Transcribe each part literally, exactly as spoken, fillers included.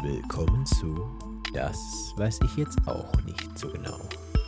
willkommen zu Das weiß ich jetzt auch nicht so genau.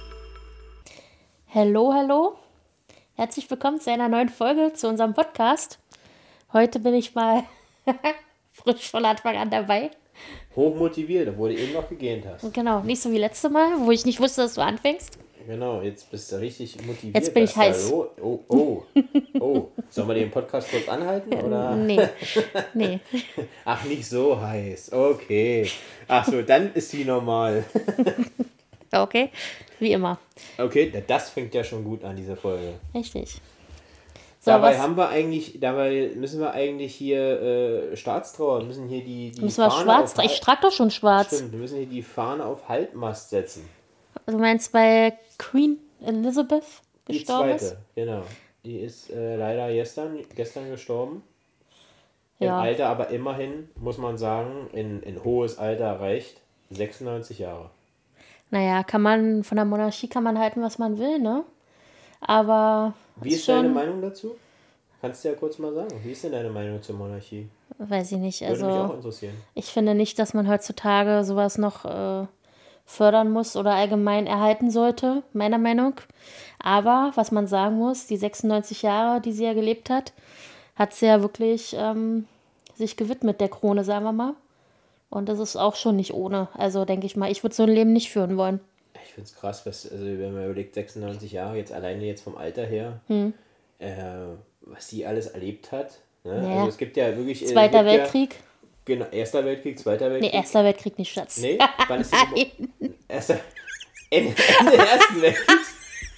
Hallo, hallo. Herzlich willkommen zu einer neuen Folge zu unserem Podcast. Heute bin ich mal frisch von Anfang an dabei. Hochmotiviert, obwohl du eben noch gegähnt hast. Genau, nicht so wie letztes Mal, wo ich nicht wusste, dass du anfängst. Genau, jetzt bist du richtig motiviert. Jetzt bin ich Was heiß. da lo- Oh, oh, oh. Sollen wir den Podcast kurz anhalten, oder? Nee, nee. Ach, nicht so heiß. Okay. Ach so, dann ist sie normal. Okay, wie immer. Okay, das fängt ja schon gut an, diese Folge. Richtig. So, Dabei was haben wir eigentlich, dabei müssen wir eigentlich hier äh, Staatstrauer, müssen hier die, die müssen wir Fahne schwarz? auf Ich Hal- trage doch schon schwarz. Stimmt, wir müssen hier die Fahne auf Halbmast setzen. Du meinst, weil Queen Elizabeth Die gestorben zweite, ist? genau. Die ist äh, leider gestern, gestern gestorben. Im Ja. Alter aber immerhin, muss man sagen, in, in hohes Alter erreicht. sechsundneunzig Jahre. Naja, kann man, von der Monarchie kann man halten, was man will, ne? Aber Wie ist schon, deine Meinung dazu? Kannst du ja kurz mal sagen. Wie ist denn deine Meinung zur Monarchie? weiß ich nicht, Würde mich auch also interessieren. ich finde nicht, dass man heutzutage sowas noch äh, fördern muss oder allgemein erhalten sollte, meiner Meinung. Aber was man sagen muss, die sechsundneunzig Jahre, die sie ja gelebt hat, hat sie ja wirklich ähm, sich gewidmet der Krone, sagen wir mal. Und das ist auch schon nicht ohne. Also denke ich mal, ich würde so ein Leben nicht führen wollen. Ich finde es krass, was, also wenn man überlegt, sechsundneunzig Jahre, jetzt alleine jetzt vom Alter her, Hm. äh, was sie alles erlebt hat. Ne? Naja. Also es gibt ja wirklich... äh, es Zweiter gibt Weltkrieg? Ja, genau, Erster Weltkrieg, Zweiter Nee, Weltkrieg. Erster Weltkrieg nicht, Schatz. Nee, wann ist die Geburt? Erster, Ende, Ende des Ersten Weltkriegs?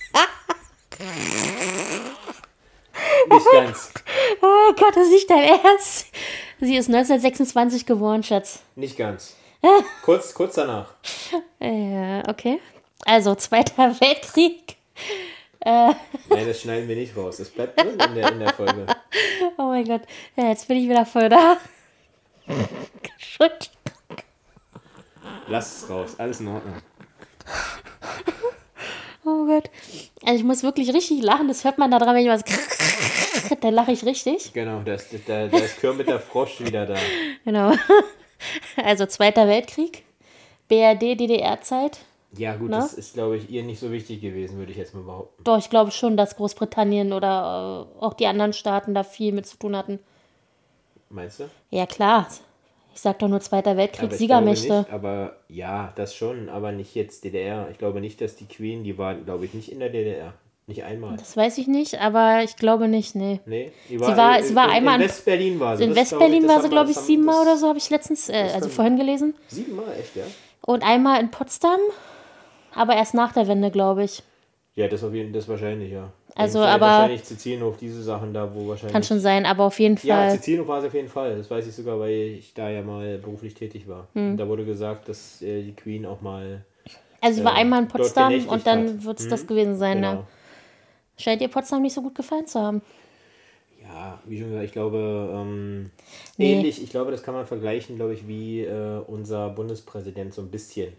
Nicht ganz. Oh Gott, das ist nicht dein Ernst. Sie ist neunzehnhundertsechsundzwanzig geboren, Schatz. Nicht ganz. Kurz, kurz danach. Ja, okay. Also, Zweiter Weltkrieg. Äh, Nein, das schneiden wir nicht raus. Das bleibt drin in der, in der Folge. oh mein Gott. Ja, jetzt bin ich wieder voll da. Entschuldigung. Lass es raus. Alles in Ordnung. Oh Gott. Also, ich muss wirklich richtig lachen. Das hört man da dran, wenn ich was. Dann lache ich richtig. Genau, da ist, da, da ist Kermit der Frosch wieder da. Genau. Also, Zweiter Weltkrieg. B R D, D D R-Zeit. Ja gut, Na? das ist, glaube ich, ihr nicht so wichtig gewesen, würde ich jetzt mal behaupten. Doch, ich glaube schon, dass Großbritannien oder äh, auch die anderen Staaten da viel mit zu tun hatten. Meinst du? Ja, klar. Ich sag doch nur Zweiter Weltkrieg, Aber ich glaube Siegermächte. nicht, aber ja, das schon, aber nicht jetzt D D R. Ich glaube nicht, dass die Queen, die war, glaube ich, nicht in der D D R. Nicht einmal. Das weiß ich nicht, aber ich glaube nicht, nee. Nee, die Sie war- in, sie war in, einmal in in- West-Berlin war sie. In Das, glaub West-Berlin das war haben sie, wir- glaube ich, das haben- siebenmal das- oder so, habe ich letztens, äh, also kann- vorhin gelesen. Siebenmal, echt, ja? Und einmal in Potsdam, aber erst nach der Wende, glaube ich. Ja, das auf jeden das wahrscheinlich, ja. Also, Vielleicht aber- wahrscheinlich Zizienhof, diese Sachen da, wo wahrscheinlich... Kann schon sein, aber auf jeden Ja, Fall. Zizienhof war es auf jeden Fall. Das weiß ich sogar, weil ich da ja mal beruflich tätig war. Hm. Und da wurde gesagt, dass äh, die Queen auch mal... Also sie war äh, einmal in dort Potsdam genächtigt und dann hat. wird es Mhm. das gewesen sein. Genau. Ne? Scheint ihr Potsdam nicht so gut gefallen zu haben. Ja, wie schon gesagt, ich glaube, ähm, Nee. ähnlich, ich glaube, das kann man vergleichen, glaube ich, wie äh, unser Bundespräsident so ein bisschen.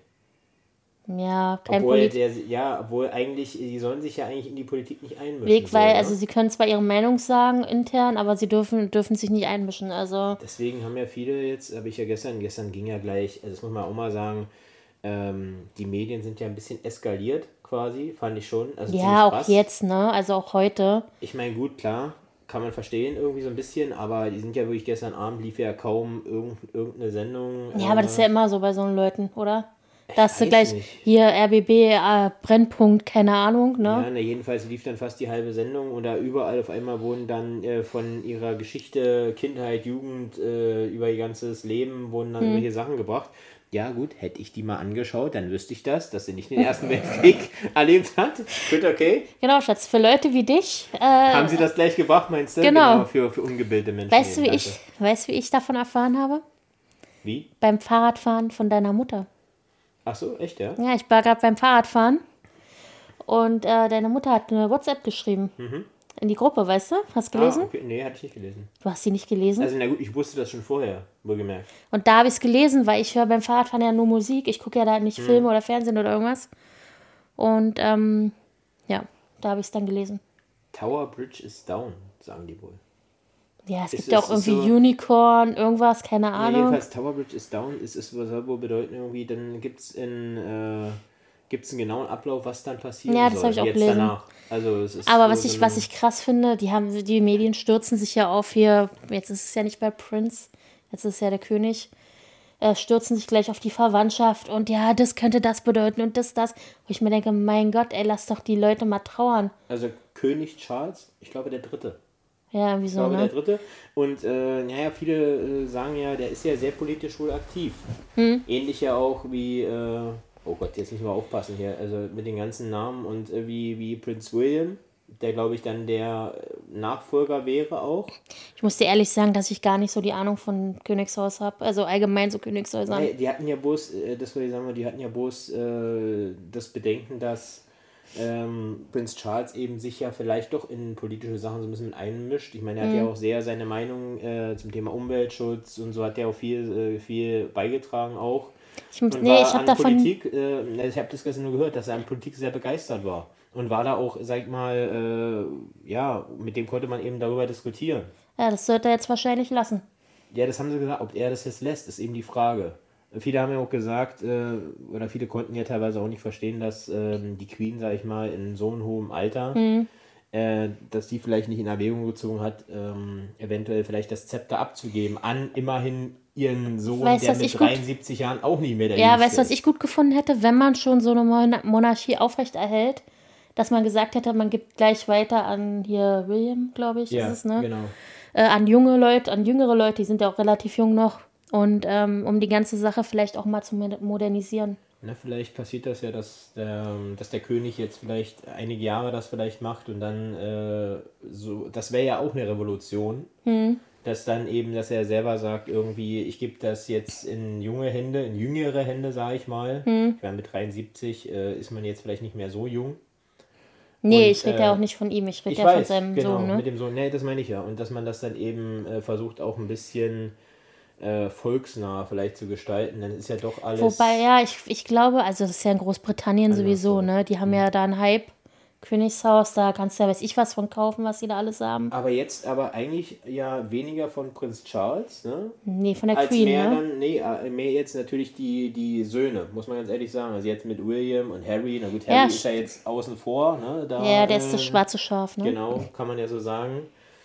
Ja, kein Obwohl Polit der, ja, obwohl eigentlich, die sollen sich ja eigentlich in die Politik nicht einmischen. Weg, so, weil, ne? also sie können zwar ihre Meinung sagen intern, aber sie dürfen, dürfen sich nicht einmischen. Also, Deswegen haben ja viele jetzt, habe ich ja gestern, gestern ging ja gleich, also das muss man auch mal sagen, ähm, die Medien sind ja ein bisschen eskaliert quasi, fand ich schon. Also ja, ziemlich auch krass. jetzt, ne? Also auch heute. Ich meine, gut, klar, kann man verstehen irgendwie so ein bisschen, aber die sind ja wirklich, gestern Abend lief ja kaum irgend, irgendeine Sendung. Ja, aber das ist ja immer so bei so Leuten, oder? Da hast du weiß gleich nicht. hier R B B, äh, Brennpunkt, keine Ahnung, ne? Ja, na, jedenfalls lief dann fast die halbe Sendung und da überall auf einmal wurden dann äh, von ihrer Geschichte, Kindheit, Jugend, äh, über ihr ganzes Leben wurden dann Hm. irgendwelche Sachen gebracht. Ja gut, hätte ich die mal angeschaut, dann wüsste ich das, dass sie nicht den Ersten Weltkrieg erlebt hat. Gut, okay. Genau, Schatz, für Leute wie dich, äh, Haben sie das gleich gebracht, meinst du? Genau. Für, für ungebildete Menschen. weißt du, wie eben, ich, danke. weißt du, wie ich davon erfahren habe? Wie? Beim Fahrradfahren von deiner Mutter. Ach so, echt, ja? Ja, ich war gerade beim Fahrradfahren und äh, deine Mutter hat eine WhatsApp geschrieben. In die Gruppe, weißt du? Hast du gelesen? Ah, okay. Nee, hatte ich nicht gelesen. Du hast sie nicht gelesen? Also na gut, ich wusste das schon vorher, wohlgemerkt. Und da habe ich es gelesen, weil ich höre beim Fahrradfahren ja nur Musik. Ich gucke ja da nicht Filme oder Fernsehen oder irgendwas. Und ähm, ja, da habe ich es dann gelesen. Tower Bridge is down, sagen die wohl. Ja, es Ist- gibt ja auch ist- ist irgendwie so- Unicorn, irgendwas, keine Ja, Ahnung. jedenfalls Tower Bridge is down, ist es soll wohl bedeuten irgendwie, dann gibt es in äh, gibt's einen genauen Ablauf, was dann passieren Ja, das soll. hab ich auch jetzt gelesen. danach. Also es ist Aber so was so ich, ein- was ich krass finde, die haben, die Medien stürzen sich ja auf hier, jetzt ist es ja nicht bei Prince, jetzt ist es ja der König, äh, stürzen sich gleich auf die Verwandtschaft und ja, das könnte das bedeuten und das, das. Wo ich mir denke, mein Gott, ey, lass doch die Leute mal trauern. Also König Charles, ich glaube der Dritte. Ja, irgendwie Ich so, glaube der ne? Dritte. Und äh, naja, viele äh, sagen ja, der ist ja sehr politisch wohl aktiv. Hm. Ähnlich ja auch wie, äh, oh Gott, jetzt müssen wir aufpassen hier, also mit den ganzen Namen und äh, wie, wie Prince William, der glaube ich dann der Nachfolger wäre auch. Ich muss dir ehrlich sagen, dass ich gar nicht so die Ahnung von Königshaus habe, also allgemein so Königshäusern. Nee, die hatten ja bloß, äh, das würde ich sagen, die hatten ja bloß äh, das Bedenken, dass ähm, Prinz Charles eben sich ja vielleicht doch in politische Sachen so ein bisschen mit einmischt. Ich meine, er hat ja auch sehr seine Meinung äh, zum Thema Umweltschutz und so hat er auch viel, äh, viel beigetragen auch. Ich, Und nee, war ich habe an davon. Politik, äh, ich habe das gestern nur gehört, dass er an Politik sehr begeistert war. Und war da auch, sag ich mal, äh, ja, mit dem konnte man eben darüber diskutieren. Ja, das sollte er jetzt wahrscheinlich lassen. Ja, das haben sie gesagt. Ob er das jetzt lässt, ist eben die Frage. Viele haben ja auch gesagt, äh, oder viele konnten ja teilweise auch nicht verstehen, dass ähm, die Queen, sag ich mal, in so einem hohen Alter, äh, dass die vielleicht nicht in Erwägung gezogen hat, ähm, eventuell vielleicht das Zepter abzugeben an immerhin ihren Sohn, Weißt du, der was mit ich gut- dreiundsiebzig Jahren auch nicht mehr der Ja, Jüngste weißt du, was ist. ich gut gefunden hätte, wenn man schon so eine Mon- Monarchie aufrechterhält, dass man gesagt hätte, man gibt gleich weiter an hier William, glaube ich, Ja, ist es, ne? genau. Äh, an junge Leute, an jüngere Leute, die sind ja auch relativ jung noch. Und ähm, um die ganze Sache vielleicht auch mal zu mod- modernisieren. Na, vielleicht passiert das ja, dass der, dass der König jetzt vielleicht einige Jahre das vielleicht macht und dann äh, so, das wäre ja auch eine Revolution, dass dann eben, dass er selber sagt, irgendwie, ich gebe das jetzt in junge Hände, in jüngere Hände, sage ich mal. Ich meine, mit dreiundsiebzig äh, ist man jetzt vielleicht nicht mehr so jung. Nee, Und, ich rede äh, ja auch nicht von ihm, ich rede Ich ja von weiß, seinem genau, Sohn, ne? mit dem Sohn, nee, das meine ich ja. Und dass man das dann eben äh, versucht, auch ein bisschen äh, volksnah vielleicht zu gestalten, dann ist ja doch alles... Wobei, ja, ich, ich glaube, also das ist ja in Großbritannien Anders sowieso, so. ne? Die haben ja da einen Hype. Königshaus, da kannst du ja, weiß ich was von kaufen, was die da alles haben. Aber jetzt aber eigentlich ja weniger von Prinz Charles, ne? Nee, von der Als Queen, mehr ne? dann, nee, äh, mehr jetzt natürlich die, die Söhne, muss man ganz ehrlich sagen. Also jetzt mit William und Harry, na gut, Harry Ja, ist ja jetzt außen vor, ne? Da, Ja, der ist äh, das schwarze Schaf, ne? Genau, kann man ja so sagen.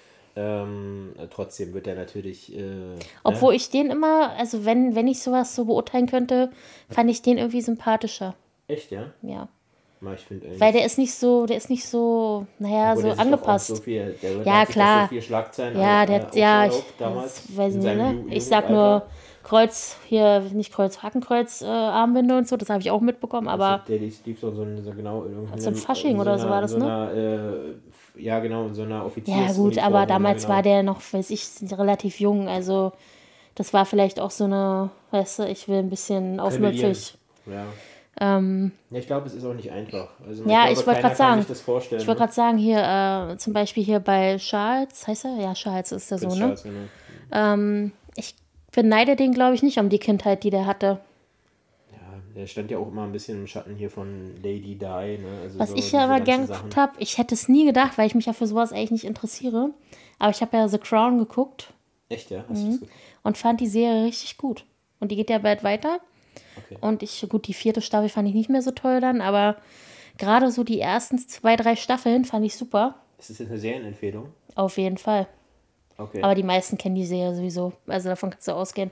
Ähm, äh, trotzdem wird er natürlich. Äh, Obwohl ne? ich den immer, also wenn, wenn ich sowas so beurteilen könnte, fand ich den irgendwie sympathischer. Echt, ja? Ja. Na, ich finde eigentlich. Weil der ist nicht so, der ist nicht so, naja, obwohl so der sich doch auch angepasst. So viel, der, der Ja, hat sich doch klar. So viel Schlagzeilen Ja, äh, der hat, ja, ich aufgesaugt damals. das weiß in ich nicht, seinem ne? Ju- Ich sag nur Jugendalter. Kreuz, hier, nicht Kreuz, Hakenkreuz, äh, Armbinde und so, das habe ich auch mitbekommen, aber Also der lief lief so, so, ein- so genau in irgendeinem- So ein Fasching in oder so einer- war das, so ne? einer, äh, ja, genau, in so einer Offiziers ja gut, aber Uniform, damals genau. war der noch, weiß ich, relativ jung, also das war vielleicht auch so eine, weißt du, ich will ein bisschen aufmüpfig. Ja. Ähm, Ja, ich glaube, es ist auch nicht einfach. Also, Ja, glaube, ich wollte keiner gerade kann sagen, sich das vorstellen. ich wollte ne? gerade sagen, hier, äh, zum Beispiel hier bei Charles, heißt er? Ja, Charles ist der Prinz so, ne? Charles, genau. Ähm, ich beneide den, glaube ich, nicht um die Kindheit, die der hatte. Ja, der stand ja auch immer ein bisschen im Schatten hier von Lady Di. Ne? Also Was so ich diese ja aber ganzen gern Sachen. geguckt habe, ich hätte es nie gedacht, weil ich mich ja für sowas eigentlich nicht interessiere. Aber ich habe ja The Crown geguckt Echt, ja? Hast Mhm. du das geguckt? und fand die Serie richtig gut. Und die geht ja bald weiter. Okay. Und ich, gut, die vierte Staffel fand ich nicht mehr so toll dann, aber gerade so die ersten zwei, drei Staffeln fand ich super. Ist das jetzt eine Serienempfehlung? Auf jeden Fall. Okay. Aber die meisten kennen die Serie sowieso. Also davon kannst du ausgehen.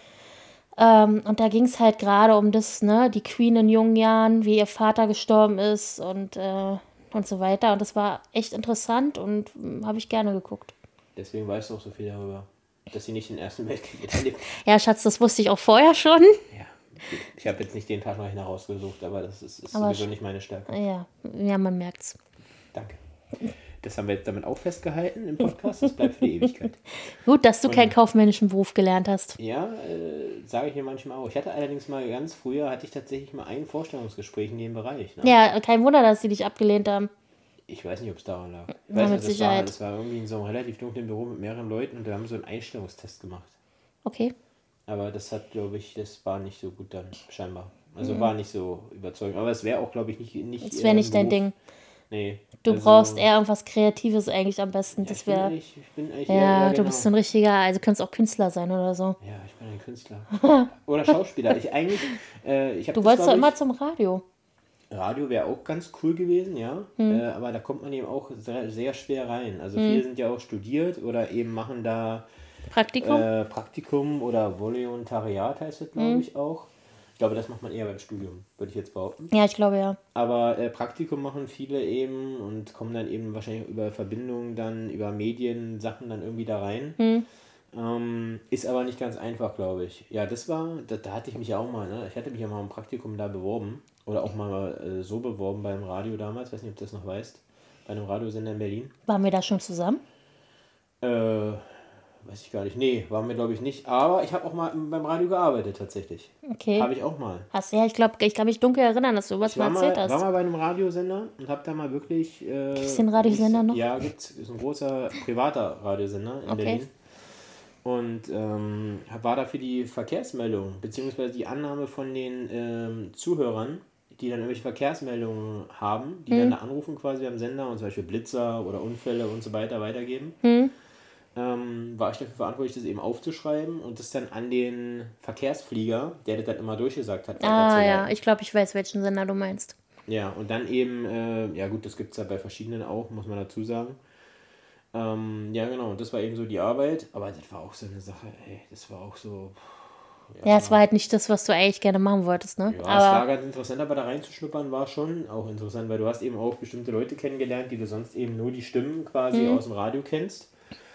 Ähm, und da ging es halt gerade um das, ne, die Queen in jungen Jahren, wie ihr Vater gestorben ist und, äh, und so weiter. Und das war echt interessant und habe ich gerne geguckt. Deswegen weißt du auch so viel darüber. Dass sie nicht den Ersten Weltkrieg erlebt. Ja, Schatz, das wusste ich auch vorher schon. Ja, gut. Ich habe jetzt nicht den Tag noch herausgesucht, aber das ist, ist Aber sowieso sch- nicht meine Stärke. Ja, ja, man merkt's. Danke. Das haben wir jetzt damit auch festgehalten im Podcast. Das bleibt für die Ewigkeit. Gut, dass du keinen kaufmännischen Beruf gelernt hast. Ja, äh, sage ich mir manchmal auch. Ich hatte allerdings mal ganz früher, hatte ich tatsächlich mal ein Vorstellungsgespräch in dem Bereich. Ne? Ja, kein Wunder, dass sie dich abgelehnt haben. Ich weiß nicht, ob es daran lag. Ich Ja, weiß mit nicht, das war, Sicherheit. das war irgendwie in so einem relativ dunklen Büro mit mehreren Leuten und wir haben so einen Einstellungstest gemacht. Okay. Aber das hat, glaube ich, das war nicht so gut dann, scheinbar. Also war nicht so überzeugend. Aber es wäre auch, glaube ich, nicht... nicht Das wäre äh, nicht dein Beruf. Ding. Nee. Du also, brauchst eher irgendwas Kreatives eigentlich am besten. Ja, das ich, bin wäre. eigentlich, ich bin eigentlich Ja, eher, ja, du genau. bist so ein richtiger, also du könntest auch Künstler sein oder so. Ja, ich bin ein Künstler. Oder Schauspieler. Ich eigentlich, äh, ich habe Du das, wolltest doch glaube immer ich, zum Radio. Radio wäre auch ganz cool gewesen, ja. Hm. Äh, aber da kommt man eben auch sehr, sehr schwer rein. Also viele sind ja auch studiert oder eben machen da Praktikum? äh, Praktikum oder Volontariat heißt es, glaube ich, auch. Ich glaube, das macht man eher beim Studium, würde ich jetzt behaupten. Ja, ich glaube ja. Aber äh, Praktikum machen viele eben und kommen dann eben wahrscheinlich über Verbindungen dann, über Medien, Sachen dann irgendwie da rein. Hm. Ähm, ist aber nicht ganz einfach, glaube ich. Ja, das war, da, da hatte ich mich ja auch mal, ne? Ich hatte mich ja mal im Praktikum da beworben. Oder auch mal äh, so beworben beim Radio damals, weiß nicht, ob du das noch weißt. Bei einem Radiosender in Berlin. Waren wir da schon zusammen? Äh, weiß ich gar nicht. Nee, waren wir glaube ich nicht. Aber ich habe auch mal beim Radio gearbeitet tatsächlich. Okay. Habe ich auch mal. Hast ja, ich glaube, ich kann mich dunkel erinnern, dass du was Ich war mal erzählt mal, hast. war mal bei einem Radiosender und habe da mal wirklich... Äh, Gibt's den Radiosender noch? Ja, gibt's. Ist ein großer privater Radiosender in Okay. Berlin. Und ähm, war da für die Verkehrsmeldung, beziehungsweise die Annahme von den ähm, Zuhörern, die dann irgendwelche Verkehrsmeldungen haben, die dann da anrufen quasi am Sender und zum Beispiel Blitzer oder Unfälle und so weiter weitergeben. Hm. Ähm, war ich dafür verantwortlich, das eben aufzuschreiben und das dann an den Verkehrsflieger, der das dann immer durchgesagt hat, Ah weiterzuleiten. ja, ich glaube, ich weiß, welchen Sender du meinst. Ja, und dann eben, äh, ja gut, das gibt es ja bei verschiedenen auch, muss man dazu sagen. Ähm, ja, genau, das war eben so die Arbeit, aber das war auch so eine Sache, ey, das war auch so. Ja, es war halt nicht das, was du eigentlich gerne machen wolltest, ne? Ja, es Aber war ganz interessant, aber da reinzuschnuppern war schon auch interessant, weil du hast eben auch bestimmte Leute kennengelernt, die du sonst eben nur die Stimmen quasi aus dem Radio kennst.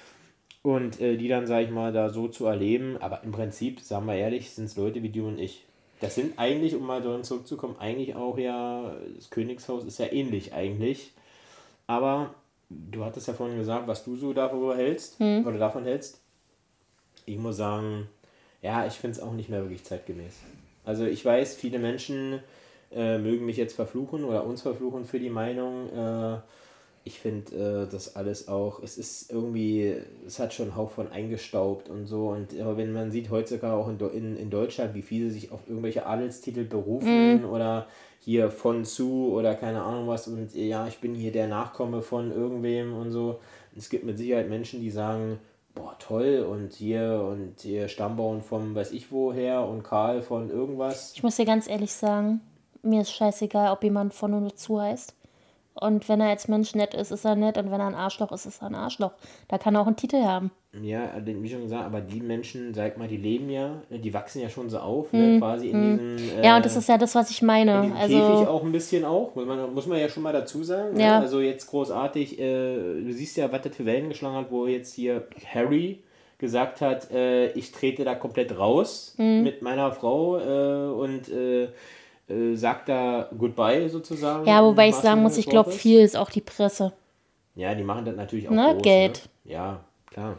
Und äh, die dann, sag ich mal, da so zu erleben, aber im Prinzip, sagen wir ehrlich, sind es Leute wie du und ich. Das sind eigentlich, um mal dran zurückzukommen, eigentlich auch ja, das Königshaus ist ja ähnlich eigentlich. Aber du hattest ja vorhin gesagt, was du so darüber hältst oder davon hältst. Ich muss sagen, ja, ich finde es auch nicht mehr wirklich zeitgemäß. Also ich weiß, viele Menschen äh, mögen mich jetzt verfluchen oder uns verfluchen für die Meinung. Äh, ich finde äh, das alles auch, es ist irgendwie, es hat schon einen Hauch von eingestaubt und so. Und äh, wenn man sieht heutzutage auch in, in, in Deutschland, wie viele sich auf irgendwelche Adelstitel berufen Mhm. oder hier von zu oder keine Ahnung was und ja, ich bin hier der Nachkomme von irgendwem und so. Es gibt mit Sicherheit Menschen, die sagen, boah, toll und hier und hier Stammbaum vom weiß ich woher und Karl von irgendwas. ich muss dir ganz ehrlich sagen, mir ist scheißegal, ob jemand von oder zu heißt. Und wenn er als Mensch nett ist, ist er nett. Und wenn er ein Arschloch ist, ist er ein Arschloch. Da kann er auch einen Titel haben. Ja, wie schon gesagt, aber die Menschen, sag mal, die leben ja, die wachsen ja schon so auf, ne, quasi in diesem... Äh, Ja, und das ist ja das, was ich meine. in diesem Also, Käfig auch ein bisschen auch, muss man, muss man ja schon mal dazu sagen. Ja. Ne? Also jetzt großartig, äh, du siehst ja, was das für Wellen geschlagen hat, wo jetzt hier Harry gesagt hat, äh, ich trete da komplett raus mit meiner Frau äh, und äh, äh, sagt da Goodbye sozusagen. ja, wobei im ich wahrsten sagen Sinne muss, des ich glaube, Wortes. viel ist auch die Presse. Ja, die machen das natürlich auch Ne, groß. Geld. Ne? Ja, klar.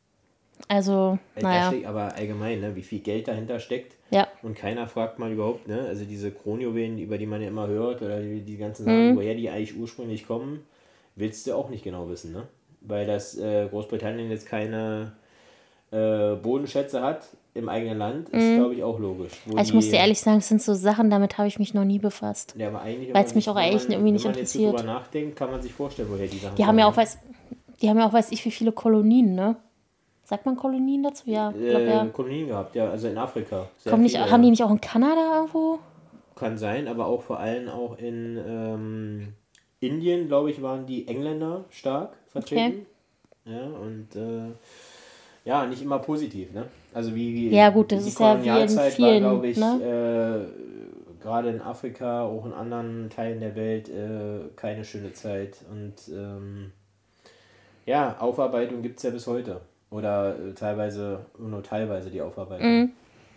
Also, Da naja. steckt aber allgemein, ne, wie viel Geld dahinter steckt. Ja. Und keiner fragt mal überhaupt, ne, also diese Kronjuwelen, über die man ja immer hört, oder die, die ganzen Sachen, woher die eigentlich ursprünglich kommen, willst du auch nicht genau wissen, ne? Weil das äh, Großbritannien jetzt keine äh, Bodenschätze hat im eigenen Land, ist, glaube ich, auch logisch. Wo Also ich die, muss dir ehrlich sagen, es sind so Sachen, damit habe ich mich noch nie befasst. ja, aber eigentlich, Weil's wenn man mich sich- auch wenn eigentlich man, irgendwie nicht wenn man jetzt so interessiert. drüber nachdenkt, kann man sich vorstellen, woher die Sachen Die haben ja auch, kommen. weiß, die haben ja auch, weiß ich, wie viele Kolonien, ne? Sagt man Kolonien dazu? Ja, ich glaube äh, ja. Kolonien gehabt, ja, also in Afrika. Sehr Kommen nicht, viele, haben die ja. nicht auch in Kanada irgendwo? Kann sein, aber auch vor allem auch in ähm, Indien, glaube ich, waren die Engländer stark vertreten. Ja, und äh, ja, nicht immer positiv, ne? Also wie, wie Ja, gut, das die ist ja wie in Kolonialzeit vielen, war, glaube ich, ne? äh, gerade in Afrika, auch in anderen Teilen der Welt, äh, keine schöne Zeit. Und ähm, ja, Aufarbeitung gibt es ja bis heute. Oder äh, teilweise, nur teilweise die Aufarbeitung. Mhm.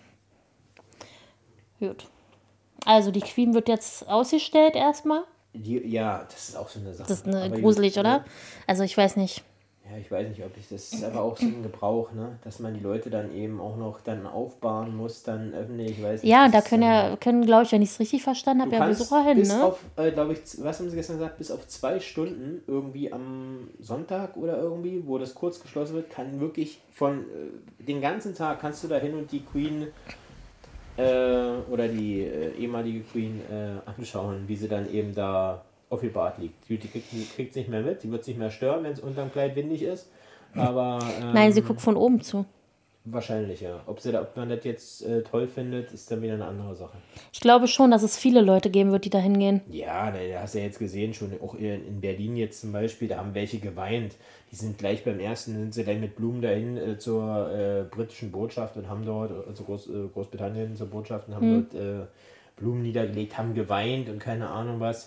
Gut. Also die Queen wird jetzt ausgestellt erstmal. Die, ja, das ist auch so eine Sache. Das ist eine Aber gruselig, gut, oder? ne? Also ich weiß nicht. Ja, ich weiß nicht, ob ich das ist aber auch so ein Gebrauch, ne? Dass man die Leute dann eben auch noch dann aufbahren muss, dann öffentlich, ich weiß nicht. Ja, und da das ist können dann- ja, können, glaube ich, wenn ich es richtig verstanden habe, Du ja kannst Besucher hin, bis ne? auf, äh, glaube ich, z- was haben sie gestern gesagt, bis auf zwei Stunden irgendwie am Sonntag oder irgendwie, wo das kurz geschlossen wird, kann wirklich von äh, den ganzen Tag kannst du da hin und die Queen äh, oder die äh, ehemalige Queen äh, anschauen, wie sie dann eben da aufgebahrt liegt. Die kriegt es nicht mehr mit, die wird es nicht mehr stören, wenn es unterm Kleid windig ist. Aber, ähm, Nein, sie guckt von oben zu. Wahrscheinlich, ja. Ob, sie da, ob man das jetzt äh, toll findet, ist dann wieder eine andere Sache. Ich glaube schon, dass es viele Leute geben wird, die da hingehen. Ja, da hast du ja jetzt gesehen, schon auch in Berlin jetzt zum Beispiel, da haben welche geweint. Die sind gleich beim ersten, sind sie gleich mit Blumen dahin äh, zur äh, britischen Botschaft und haben dort, also Groß, äh, Großbritannien zur Botschaft und haben hm. dort äh, Blumen niedergelegt, haben geweint und keine Ahnung was.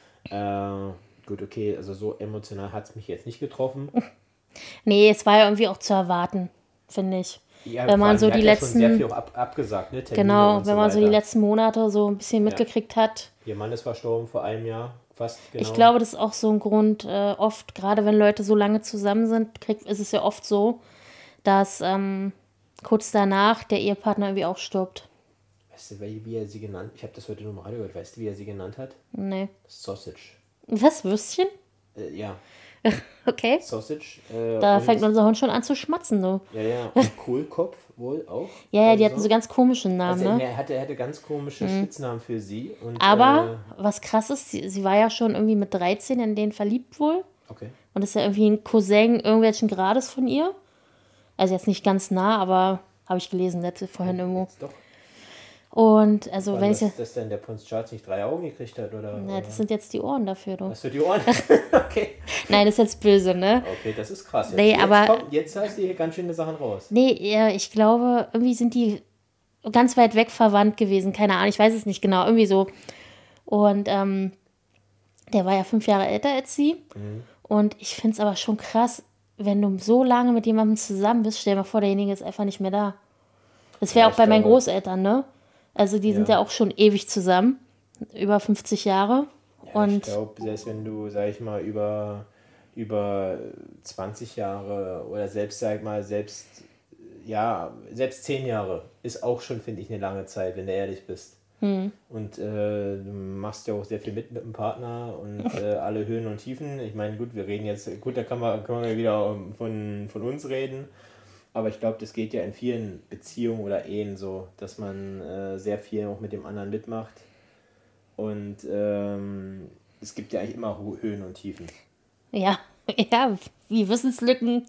Äh, gut, okay, also so emotional hat es mich jetzt nicht getroffen. Nee, es war ja irgendwie auch zu erwarten, finde ich. Ja, wenn man so die ja letzten schon sehr viel auch ab, abgesagt, ne? Termine genau, und wenn so man so weiter. die letzten Monate so ein bisschen mitgekriegt ja. hat. Ihr Mann ist verstorben vor einem Jahr, fast genau. Ich glaube, das ist auch so ein Grund, äh, oft, gerade wenn Leute so lange zusammen sind, kriegt, ist es ja oft so, dass ähm, kurz danach der Ehepartner irgendwie auch stirbt. Weißt du, wie er sie genannt hat? Ich habe das heute nur im Radio gehört. Weißt du, wie er sie genannt hat? Nee. Sausage. Was, Würstchen? Äh, ja. Okay. Sausage. Äh, da fängt unser Hund schon an zu schmatzen, du. Ja, ja. Und Kohlkopf wohl auch. Ja, ja, die hatten so ganz komische Namen, also, ne? Er hatte, er hatte ganz komische mhm. Spitznamen für sie. Und, aber, äh, was krass ist, sie, sie war ja schon irgendwie mit dreizehn in den verliebt wohl. Okay. Und ist ja irgendwie ein Cousin irgendwelchen Grades von ihr. Also jetzt nicht ganz nah, aber habe ich gelesen, letzte vorhin irgendwo. Jetzt doch. Und also Wann wenn das, ich dass denn der Prinz Charles nicht drei Augen gekriegt hat, oder? Na, das sind jetzt die Ohren dafür, du. Hast du die Ohren? Okay. Nein, das ist jetzt böse, ne? Okay, das ist krass. Jetzt, nee, jetzt, aber, kommt, jetzt hast du hier ganz schöne Sachen raus. Nee, ja, ich glaube, irgendwie sind die ganz weit weg verwandt gewesen. Keine Ahnung, ich weiß es nicht genau. Irgendwie so. Und ähm, der war ja fünf Jahre älter als sie. Mhm. Und ich finde es aber schon krass, wenn du so lange mit jemandem zusammen bist, stell dir mal vor, derjenige ist einfach nicht mehr da. Das wäre ja, auch bei glaube, meinen Großeltern, ne? Also die ja. sind ja auch schon ewig zusammen, über fünfzig Jahre. Ja, und ich glaube, selbst wenn du, sag ich mal, über, über zwanzig Jahre oder selbst, sag ich mal, selbst, ja, selbst zehn Jahre ist auch schon, finde ich, eine lange Zeit, wenn du ehrlich bist. Hm. Und äh, du machst ja auch sehr viel mit mit dem Partner und äh, alle Höhen und Tiefen. Ich meine, gut, wir reden jetzt, gut, da kann man, kann man ja wieder von, von uns reden. Aber ich glaube, das geht ja in vielen Beziehungen oder Ehen so, dass man äh, sehr viel auch mit dem anderen mitmacht. Und ähm, es gibt ja eigentlich immer Höhen und Tiefen. Ja, ja, wie Wissenslücken.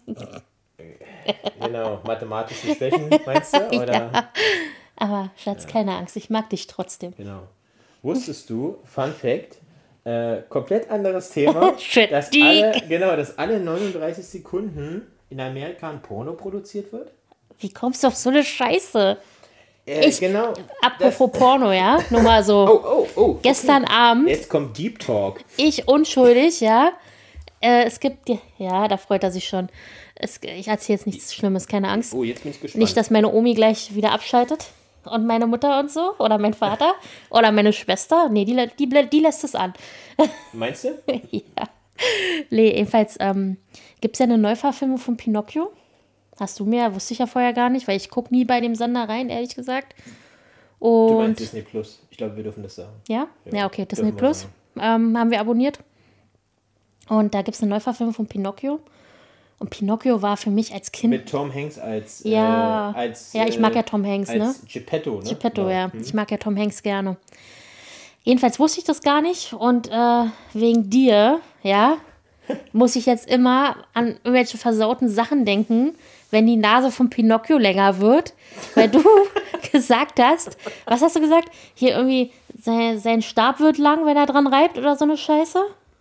Genau, mathematische Schwächen, meinst du? Oder? Ja. Aber Schatz, ja. keine Angst, ich mag dich trotzdem. Genau. Wusstest du, Fun Fact, äh, komplett anderes Thema, dass alle, genau, dass alle neununddreißig Sekunden in Amerika ein Porno produziert wird? Wie kommst du auf so eine Scheiße? Äh, ich, genau. Apropos Porno, ja? Nur mal so. Oh, oh, oh. Gestern okay. Abend. Jetzt kommt Deep Talk. Ich unschuldig, ja. Äh, es gibt, ja, da freut er sich schon. Es, ich erzähle jetzt nichts Schlimmes, keine Angst. Oh, jetzt bin ich gespannt. Nicht, dass meine Omi gleich wieder abschaltet. Und meine Mutter und so. Oder mein Vater. Oder meine Schwester. Nee, die, die, die lässt es an. Meinst du? Ja. Nee, jedenfalls ähm, gibt es ja eine Neuverfilmung von Pinocchio. Hast du mir, wusste ich ja vorher gar nicht, weil ich gucke nie bei dem Sender rein, ehrlich gesagt. Und du meinst Disney Plus. Ich glaube, wir dürfen das sagen. Ja? Ja, ja okay, Disney Plus ähm, haben wir abonniert. Und da gibt es eine Neuverfilmung von Pinocchio. Und Pinocchio war für mich als Kind... Mit Tom Hanks als... Ja, äh, als, ja ich mag ja Tom Hanks, als ne? Geppetto, ne? Geppetto, ja. Hm. Ich mag ja Tom Hanks gerne. Jedenfalls wusste ich das gar nicht. Und äh, wegen dir, ja, muss ich jetzt immer an irgendwelche versauten Sachen denken, wenn die Nase von Pinocchio länger wird. Weil du gesagt hast... Was hast du gesagt? Hier irgendwie, sein, sein Stab wird lang, wenn er dran reibt oder so eine Scheiße?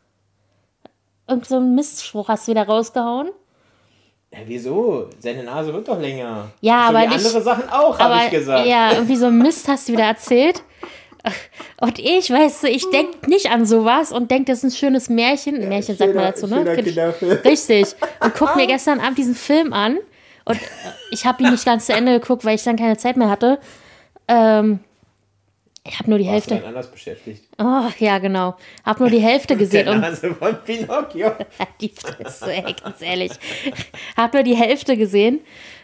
Irgend so einen Mistspruch hast du wieder rausgehauen. Ja, wieso? Seine Nase wird doch länger. Ja, so aber wie nicht, andere Sachen auch, habe ich gesagt. Ja, irgendwie so Mist hast du wieder erzählt. Und ich, weißt du, ich denke nicht an sowas und denke, das ist ein schönes Märchen. Ja, Märchen schöner, sagt man dazu, ne? Kinderfilm. Richtig. Und guck mir gestern Abend diesen Film an. Und ich habe ihn nicht ganz zu Ende geguckt, weil ich dann keine Zeit mehr hatte. Ähm, ich habe nur die Warst Hälfte. Du dann anders beschäftigt? Oh, ja, genau. Hab nur die Hälfte gesehen. Der Nase von Pinocchio. Die Fresse, ey, ganz ehrlich. Hab nur die Hälfte gesehen.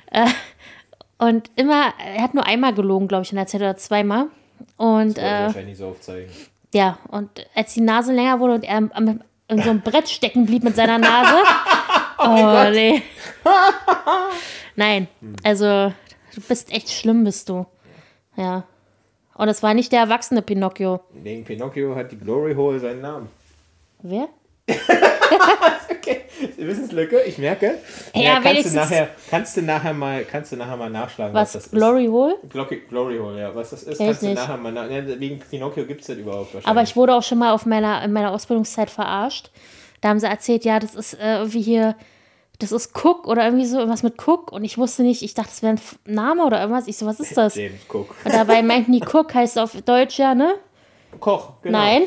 Und immer, er hat nur einmal gelogen, glaube ich, in der Zeit oder zweimal. Und, das äh, wahrscheinlich so aufzeigen. Ja, und als die Nase länger wurde und er am, in so einem Brett stecken blieb mit seiner Nase. oh, oh nee. Nein, also du bist echt schlimm, bist du. Ja. Und es war nicht der erwachsene Pinocchio. Wegen Pinocchio hat die Glory Hole seinen Namen. Wer? Okay, Wissenslücke, ich merke. Ja, ja, kannst, wenigstens. du nachher, kannst, du nachher mal, kannst du nachher mal nachschlagen, Was, was das Glory ist. Hole? Glory, Glory Hole, ja. Was das ist, Weiß kannst nicht. du nachher mal nach. Ja, wegen Pinocchio gibt es das überhaupt wahrscheinlich. Aber ich wurde auch schon mal auf meiner, in meiner Ausbildungszeit verarscht. Da haben sie erzählt, ja, das ist äh, irgendwie hier, das ist Cook oder irgendwie so, irgendwas mit Cook. Und ich wusste nicht, ich dachte, das wäre ein F- Name oder irgendwas. Ich so, was ist das? James Cook. Und dabei meinten die Cook, heißt auf Deutsch ja, ne? Koch, genau. Nein.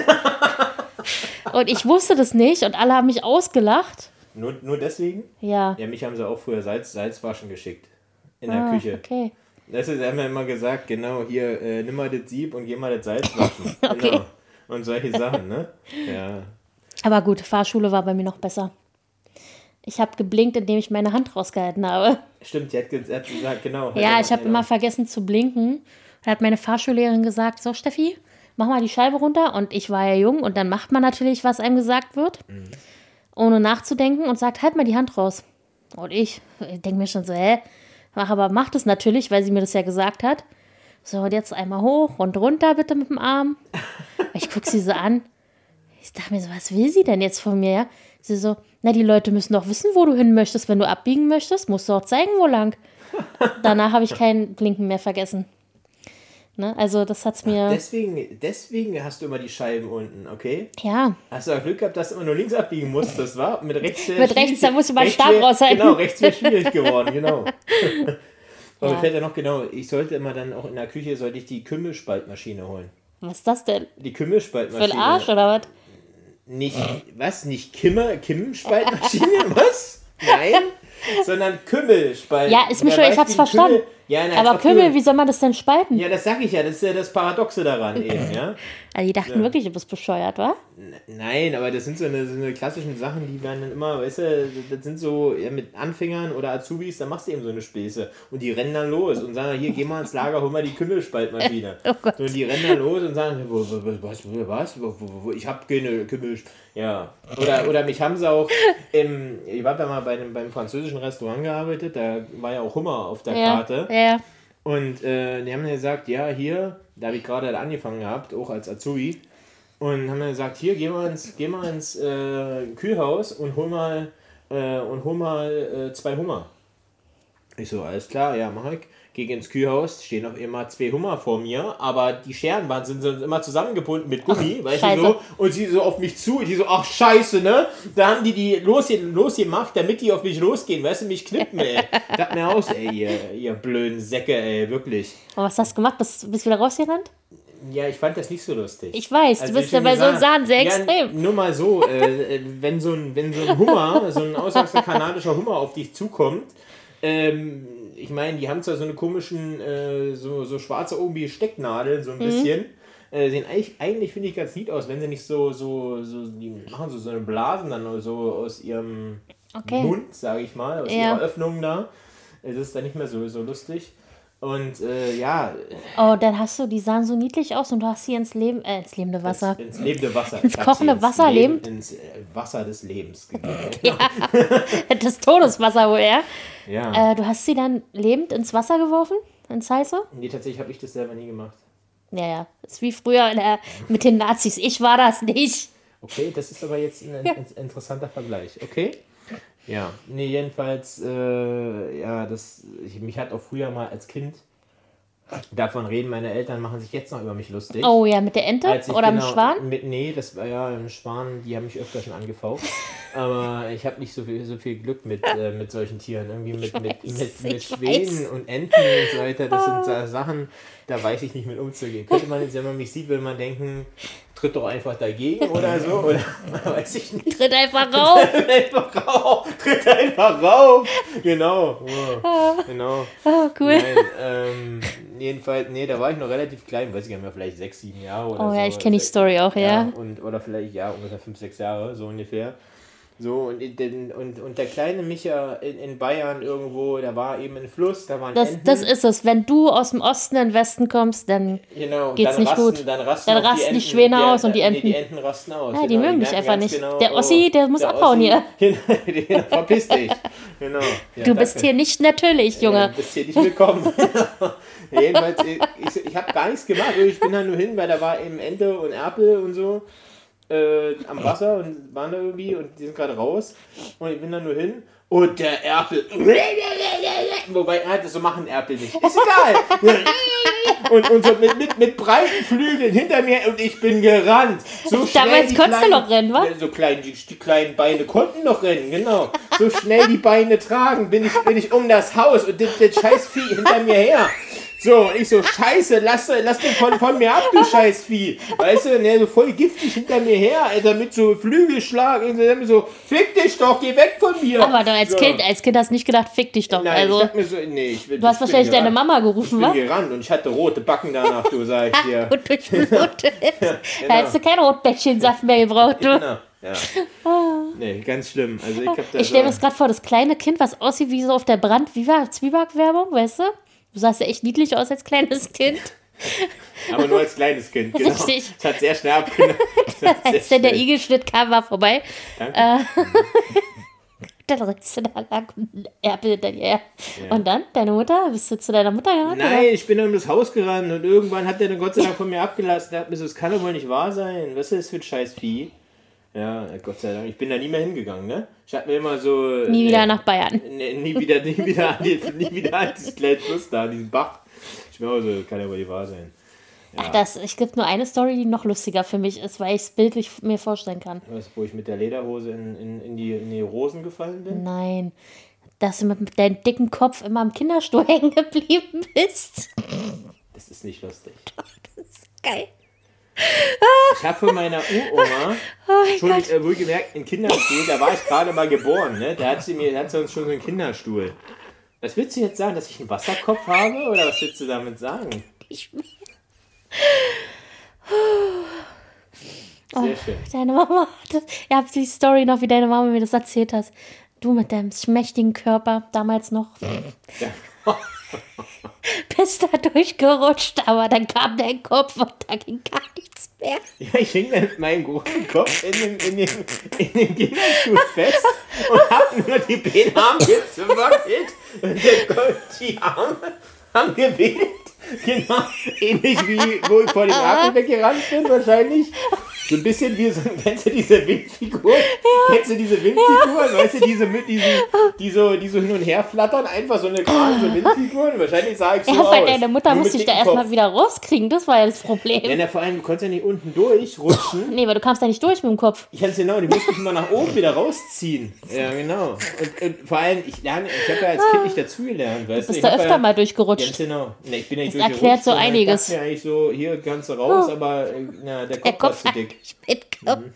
Und ich wusste das nicht und alle haben mich ausgelacht. Nur, nur deswegen? Ja. Ja, mich haben sie auch früher Salz, Salz waschen geschickt. In Ah, der Küche. okay. Das ist, haben wir immer gesagt, genau, hier, äh, nimm mal das Sieb und geh mal das Salz waschen. Okay. Genau. Und solche Sachen, ne? Ja. Aber gut, Fahrschule war bei mir noch besser. Ich habe geblinkt, indem ich meine Hand rausgehalten habe. Stimmt, die hat, ge- hat gesagt, genau. Ja, hat ich habe genau. immer vergessen zu blinken. Da hat meine Fahrschullehrerin gesagt, so Steffi, mach mal die Scheibe runter. Und ich war ja jung und dann macht man natürlich, was einem gesagt wird, mhm. ohne nachzudenken und sagt, halt mal die Hand raus. Und ich, ich denke mir schon so, hä? Mach aber mach das natürlich, weil sie mir das ja gesagt hat. So, und jetzt einmal hoch und runter bitte mit dem Arm. Ich gucke sie so an. Ich dachte mir so, was will sie denn jetzt von mir? Sie so, na, die Leute müssen doch wissen, wo du hin möchtest. Wenn du abbiegen möchtest, musst du auch zeigen, wo lang. Danach habe ich kein Blinken mehr vergessen. Ne? Also das hat's mir... Ach, deswegen, deswegen hast du immer die Scheiben unten, okay? Ja. Hast du auch Glück gehabt, dass du immer nur links abbiegen musstest, war? Mit rechts wäre Mit rechts, da musst du mal einen rechts Stab wär- raushalten. Genau, rechts wäre schwierig geworden, genau. Aber Ja. mir fällt ja noch genau, ich sollte immer dann auch in der Küche, sollte ich die Kümmelspaltmaschine holen. Was ist das denn? Die Für Kümmelspaltmaschine. den Arsch oder was? Nicht, was? Nicht Kimmer, Kimmelspaltmaschine? Was? Nein? Sondern Kümmelspalten. Ja, ist mir Wer schon, ich weiß, hab's wie verstanden. Kümmel, ja, na, Aber als ob Kümmel, du- wie soll man das denn spalten? Ja, das sag ich ja, das ist ja das Paradoxe daran eben, ja? Also die dachten Ja. wirklich, du bist bescheuert, wa? Nein, aber das sind so eine, so eine klassischen Sachen, die werden dann immer, weißt du, das sind so ja, mit Anfängern oder Azubis, da machst du eben so eine Späße. Und die rennen dann los und sagen, hier, geh mal ins Lager, hol mal die Kümmelspaltmaschine. Oh Gott. So, und die rennen dann los und sagen, wo, wo, wo, was, wo, was, wo, wo, wo, ich hab keine Kümmel... Ja, oder, oder mich haben sie auch, im, ich habe ja mal bei einem, beim französischen Restaurant gearbeitet, da war ja auch Hummer auf der Ja, Karte. ja. Und äh, die haben mir gesagt, ja, hier, da habe ich gerade angefangen gehabt, auch als Azubi. Und haben mir gesagt, hier, geh mal ins, geh mal ins äh, Kühlhaus und hol mal, äh, und hol mal äh, zwei Hummer. Ich so, alles klar, ja, mach ich. Geh ins Kühlhaus, stehen noch immer zwei Hummer vor mir, aber die Scherenband sind so immer zusammengebunden mit Gummi, Ach, weißt Scheiße. du so, und sie so auf mich zu, und die so, ach scheiße, ne? Da haben die die losge losgemacht, damit die auf mich losgehen, weißt du, mich knippen, ey. Dachte mir aus, ey, ihr, ihr blöden Säcke, ey, wirklich. Und was hast du gemacht? Bist bist du wieder rausgerannt? Ja, ich fand das nicht so lustig. Ich weiß, Also du bist ich ja will bei nur so sagen, Sachen sehr ja, extrem. nur mal so, äh, äh, wenn, so ein, wenn so ein Hummer, so ein auswachsender kanadischer Hummer auf dich zukommt, ähm, ich meine, die haben zwar so eine komischen, äh, so, so schwarze oben Stecknadeln, so ein Mhm. bisschen. Äh, sehen eigentlich, eigentlich finde ich ganz neat aus, wenn sie nicht so, so, so, die machen so, so eine Blasen dann so aus ihrem Okay. Mund, sage ich mal, aus Ja. ihrer Öffnung da. Das ist dann nicht mehr so, so lustig. Und äh, ja, Oh, dann hast du, die sahen so niedlich aus und du hast sie ins Leben, äh, ins lebende Wasser. Ins, ins lebende Wasser. Ins Ich hab sie kochende ins Wasser Leben, lebend? Ins äh, Wasser des Lebens gegeben. Das Todeswasser wohl, ja? Ja. Äh, du hast sie dann lebend ins Wasser geworfen? Ins Heiße? Nee, tatsächlich habe ich das selber nie gemacht. Ja, ja. Das ist wie früher äh, mit den Nazis. Ich war das nicht. Okay, das ist aber jetzt ein, ein interessanter Vergleich. Okay? Ja. Nee, jedenfalls, äh, ja, das, ich, mich hat auch früher mal als Kind, davon reden meine Eltern, machen sich jetzt noch über mich lustig. Oh ja, mit der Ente Als ich oder genau, mit Schwan? Mit, nee, das war ja ein Schwan, die haben mich öfter schon angefaucht. Aber ich habe nicht so viel, so viel Glück mit, äh, mit solchen Tieren. Irgendwie mit, mit, weiß, mit, mit ich Schwänen weiß. und Enten und so weiter. Das sind so Sachen, da weiß ich nicht mit umzugehen. Könnte man jetzt, wenn man mich sieht, würde man denken, tritt doch einfach dagegen oder so. Oder weiß ich nicht. Tritt einfach rauf. Tritt einfach rauf. Tritt einfach rauf. Genau. Wow. Genau. Oh, cool. Nein, ähm, jedenfalls, nee, da war ich noch relativ klein, weiß ich gar nicht mehr, vielleicht sechs, sieben Jahre oder Oh so. ja, ich kenne die Story auch, ja. Und, oder vielleicht, ja, ungefähr fünf, sechs Jahre, so ungefähr. So, und, in- und, und der kleine Micha in, in Bayern irgendwo, da war eben ein Fluss, da waren Das, Enten. das ist es. Wenn du aus dem Osten in den Westen kommst, dann. Genau, geht's dann nicht rasten, gut. Dann rasten, Dann auch rasten die Enten, Schwäne die, aus und die nee, Enten. die Enten rasten aus. Ja, die genau, mögen dich merken einfach ganz nicht. Genau, Der Ossi, der muss abhauen Ossi, hier. Genau, verpiss dich. Genau. Ja, Du bist danke. hier nicht natürlich, Äh, Junge. Du bist hier nicht willkommen. Jedenfalls, ich, ich, ich habe gar nichts gemacht. Ich bin da nur hin, weil da war eben Ente und Erpel und so. äh, am Wasser und waren da irgendwie und die sind gerade raus und ich bin da nur hin und der Erpel, wobei er hat das so machen Erpel nicht, ist egal. Und, und so mit, mit, mit breiten Flügeln hinter mir und ich bin gerannt. So Damals konntest du noch rennen, wa? So klein, die, die kleinen Beine konnten noch rennen, genau. So schnell die Beine tragen, bin ich, bin ich um das Haus und das, das scheiß Vieh hinter mir her. So, und ich so, scheiße, lass, lass den von, von mir ab, du scheiß Vieh. Weißt du, ne, so voll giftig hinter mir her, Alter, mit so Flügelschlag. Und so, fick dich doch, geh weg von mir. Aber doch als, so. kind, als Kind hast du nicht gedacht, fick dich doch. Nein, also, ich dachte mir so, nee, ich bin, du hast ich wahrscheinlich deine Mama gerufen, wa? wa? Ich bin gerannt und ich hatte rote Backen danach, du, sag ich dir. Und durchblutet. Ja, genau. Da hättest du kein Rotbäckchensaft mehr gebraucht, du. Genau. Ja. Nee, ganz schlimm. Also ich ich stelle mir das gerade vor, das kleine Kind, was aussieht wie so auf der Brand, wie war Zwieback-Werbung, weißt du? Du sahst ja echt niedlich aus als kleines Kind. Aber nur als kleines Kind, genau. Richtig. Das hat sehr schnell abgenommen. Als dann der Igelschnitt kam, war vorbei. Danke. Äh, dann rennst du da lang und Erpel hinterher. Ja. Und dann, deine Mutter? Bist du zu deiner Mutter gerannt? Nein, oder? Ich bin um das Haus gerannt und irgendwann hat der dann Gott sei Dank von mir abgelassen. Der hat mir so, das kann doch wohl nicht wahr sein. Was ist das für ein scheiß Vieh? Ja, Gott sei Dank. Ich bin da nie mehr hingegangen, ne? Ich hatte mir immer so... Nie wieder äh, nach Bayern. Ne, nie wieder, nie wieder, nie, nie wieder an dieses kleine Fluss da, an diesen Bach. Ich mir auch so, kann ja wohl nicht wahr sein. Ja. Ach, das, es gibt nur eine Story, die noch lustiger für mich ist, weil ich es bildlich mir vorstellen kann. Was, wo ich mit der Lederhose in, in, in, die, in die Rosen gefallen bin? Nein, dass du mit deinem dicken Kopf immer am Kinderstuhl hängen geblieben bist. Das ist nicht lustig. Doch, das ist geil. Ich habe von meiner Uroma oh schon äh, wohlgemerkt einen Kinderstuhl, da war ich gerade mal geboren, ne? Da hat sie mir, hat sie uns schon so einen Kinderstuhl. Was willst du jetzt sagen, dass ich einen Wasserkopf habe oder was willst du damit sagen? Ich Sehr oh, schön. Deine Mama, das, ihr habt die Story noch, wie deine Mama mir das erzählt hat. Du mit deinem schmächtigen Körper, damals noch. Ja. Bist da durchgerutscht, aber dann kam dein Kopf und da ging gar nichts mehr. Ja, ich hing dann mit meinem großen Kopf in dem, in dem, in dem Kinderstuhl fest und hab nur die Beine haben gewackelt und der, die Arme haben gewedelt. Genau, ähnlich wie wo ich vor dem Haken weggerannt bin wahrscheinlich. So ein bisschen wie so, kennst du diese Windfiguren? Ja. Kennst du diese Windfiguren? Ja. Weißt du, diese mit diesen, die so, die so hin und her flattern, einfach so eine kleine so Windfiguren. Wahrscheinlich sah ich so ja, aus. Weil deine Mutter musste dich da erstmal wieder rauskriegen, das war ja das Problem. Ja, na, vor allem, du konntest ja nicht unten durchrutschen. Nee, weil du kamst ja nicht durch mit dem Kopf. Ich ganz genau, die musste ich immer nach oben wieder rausziehen. Ja, genau. Und, und vor allem, ich lerne, ich habe ja als Kind nicht dazugelernt, weißt du. Du bist da öfter ja, mal durchgerutscht. Ganz genau. Nee, ich bin ja nicht das erklärt so einiges. Ich dachte ja eigentlich so, hier kannst du raus, oh. aber na, der Kopf, der Kopf war zu dick. Mhm.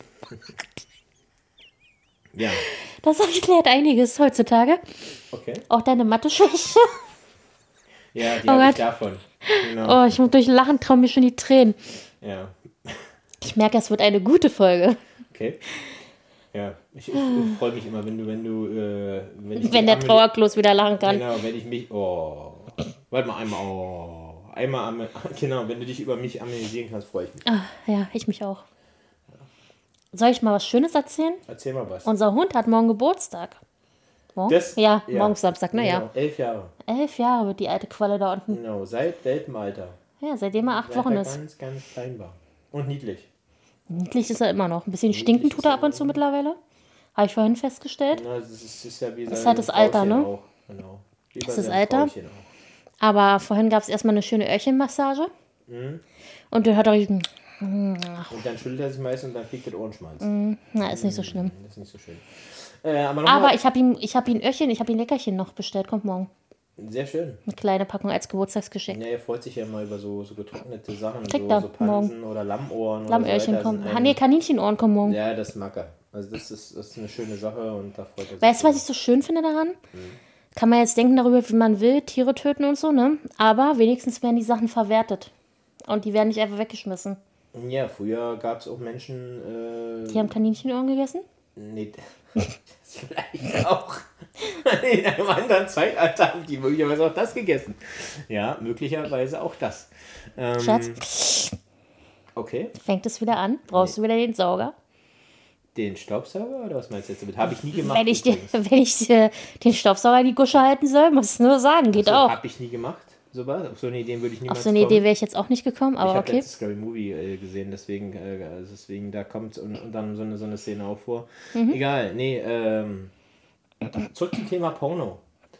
Ja. Das erklärt einiges heutzutage. Okay. Auch deine Mathe-Schwäche. Ja, die oh habe ich davon. Genau. Oh, ich muss durch Lachen trauen mir schon die Tränen. Ja. Ich merke, es wird eine gute Folge. Okay. Ja, ich, ich, ich freue mich immer, wenn du, wenn du, äh, wenn, ich wenn der Trauerklos wieder lachen kann. Genau, wenn ich mich, oh, warte mal einmal, oh, einmal, genau, wenn du dich über mich amüsieren kannst, freue ich mich. Ach, ja, ich mich auch. Soll ich mal was Schönes erzählen? Erzähl mal was. Unser Hund hat morgen Geburtstag. Morgen? Das, ja, ja, morgen Samstag, ne? Genau, Ja. elf Jahre. Elf Jahre wird die alte Qualle da unten. Genau, seit Welpenalter. Ja, seitdem er acht seit Wochen er ist. ganz, ganz klein war. Und niedlich. Niedlich ist er immer noch. Ein bisschen stinken tut er ab und zu mittlerweile. Habe ich vorhin festgestellt. Na, das ist, ist ja wie das ist halt das Alter, ne? Auch. Genau. Das ist das Alter. Aber vorhin gab es erstmal eine schöne Öhrchenmassage. Mhm. Und dann hat er... Und dann schüttelt er sich meistens und dann fliegt der Ohrenschmalz. Mm, na, ist nicht so schlimm. Das ist nicht so schön. Äh, aber aber ich habe ihm, hab ihm Öhrchen, ich habe ihm Leckerchen noch bestellt. Kommt morgen. Sehr schön. Eine kleine Packung als Geburtstagsgeschenk. Ja, er freut sich ja mal über so, so getrocknete Sachen. Kriegt so, er so Pansen morgen. Oder Lammohren. Lammöhrchen oder so kommen. Nee, Kaninchenohren kommen morgen. Ja, das mag er. Also das ist, das ist eine schöne Sache und da freut er sich. Weißt du, was ich so schön finde daran? Hm. Kann man jetzt denken darüber, wie man will, Tiere töten und so, ne? Aber wenigstens werden die Sachen verwertet. Und die werden nicht einfach weggeschmissen. Ja, früher gab es auch Menschen... Äh, die haben Kaninchenohren gegessen? Nee, das vielleicht auch. In einem anderen Zeitalter haben die möglicherweise auch das gegessen. Ja, möglicherweise auch das. Ähm, Schatz. Okay. Fängt es wieder an? Brauchst nee. du wieder den Sauger? Den Staubsauger oder was meinst du jetzt damit? Habe ich nie gemacht. Wenn ich, die, wenn ich die, den Staubsauger in die Gusche halten soll, muss ich nur sagen, geht also, auch. Habe ich nie gemacht. sowas. Auf so eine Idee würde ich niemals Auf so eine kommen. Idee wäre ich jetzt auch nicht gekommen, aber ich okay. Ich habe letztes Scary Movie äh, gesehen, deswegen, äh, also deswegen, da kommt und, und dann so eine, so eine Szene auch vor. Mhm. Egal, nee, ähm, zurück zum Thema Porno.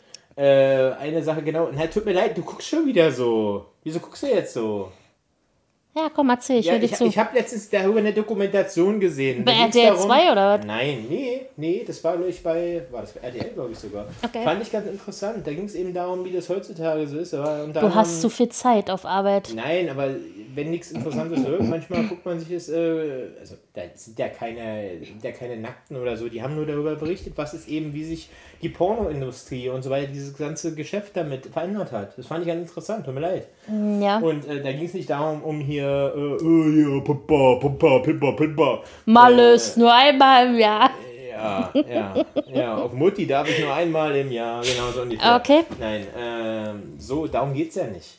Äh, eine Sache, genau, na, tut mir leid, du guckst schon wieder so. Wieso guckst du jetzt so? Ja, komm, erzähl, ich ja, höre dir ich, zu. Ich habe letztens darüber eine Dokumentation gesehen. Bei R T L zwei oder was? Nein, nee, nee, das war, glaube ich, bei, war das bei R T L, glaube ich sogar. Okay. Fand ich ganz interessant. Da ging es eben darum, wie das heutzutage so ist. Aber unter du anderem, hast zu viel Zeit auf Arbeit. Nein, aber wenn nichts Interessantes ist, manchmal guckt man sich das, äh, also da sind ja keine, sind ja keine Nackten oder so, die haben nur darüber berichtet, was es eben, wie sich die Pornoindustrie und so weiter, dieses ganze Geschäft damit verändert hat. Das fand ich ganz interessant, tut mir leid. Ja. Und äh, da ging es nicht darum, um hier, äh, äh, hier, Pippa, Pippa, Pippa, Pippa. Malus, äh, nur einmal im Jahr. Ja, ja, ja, auf Mutti darf ich nur einmal im Jahr, genau so ungefähr. Okay. Nein, ähm, so, darum geht's ja nicht.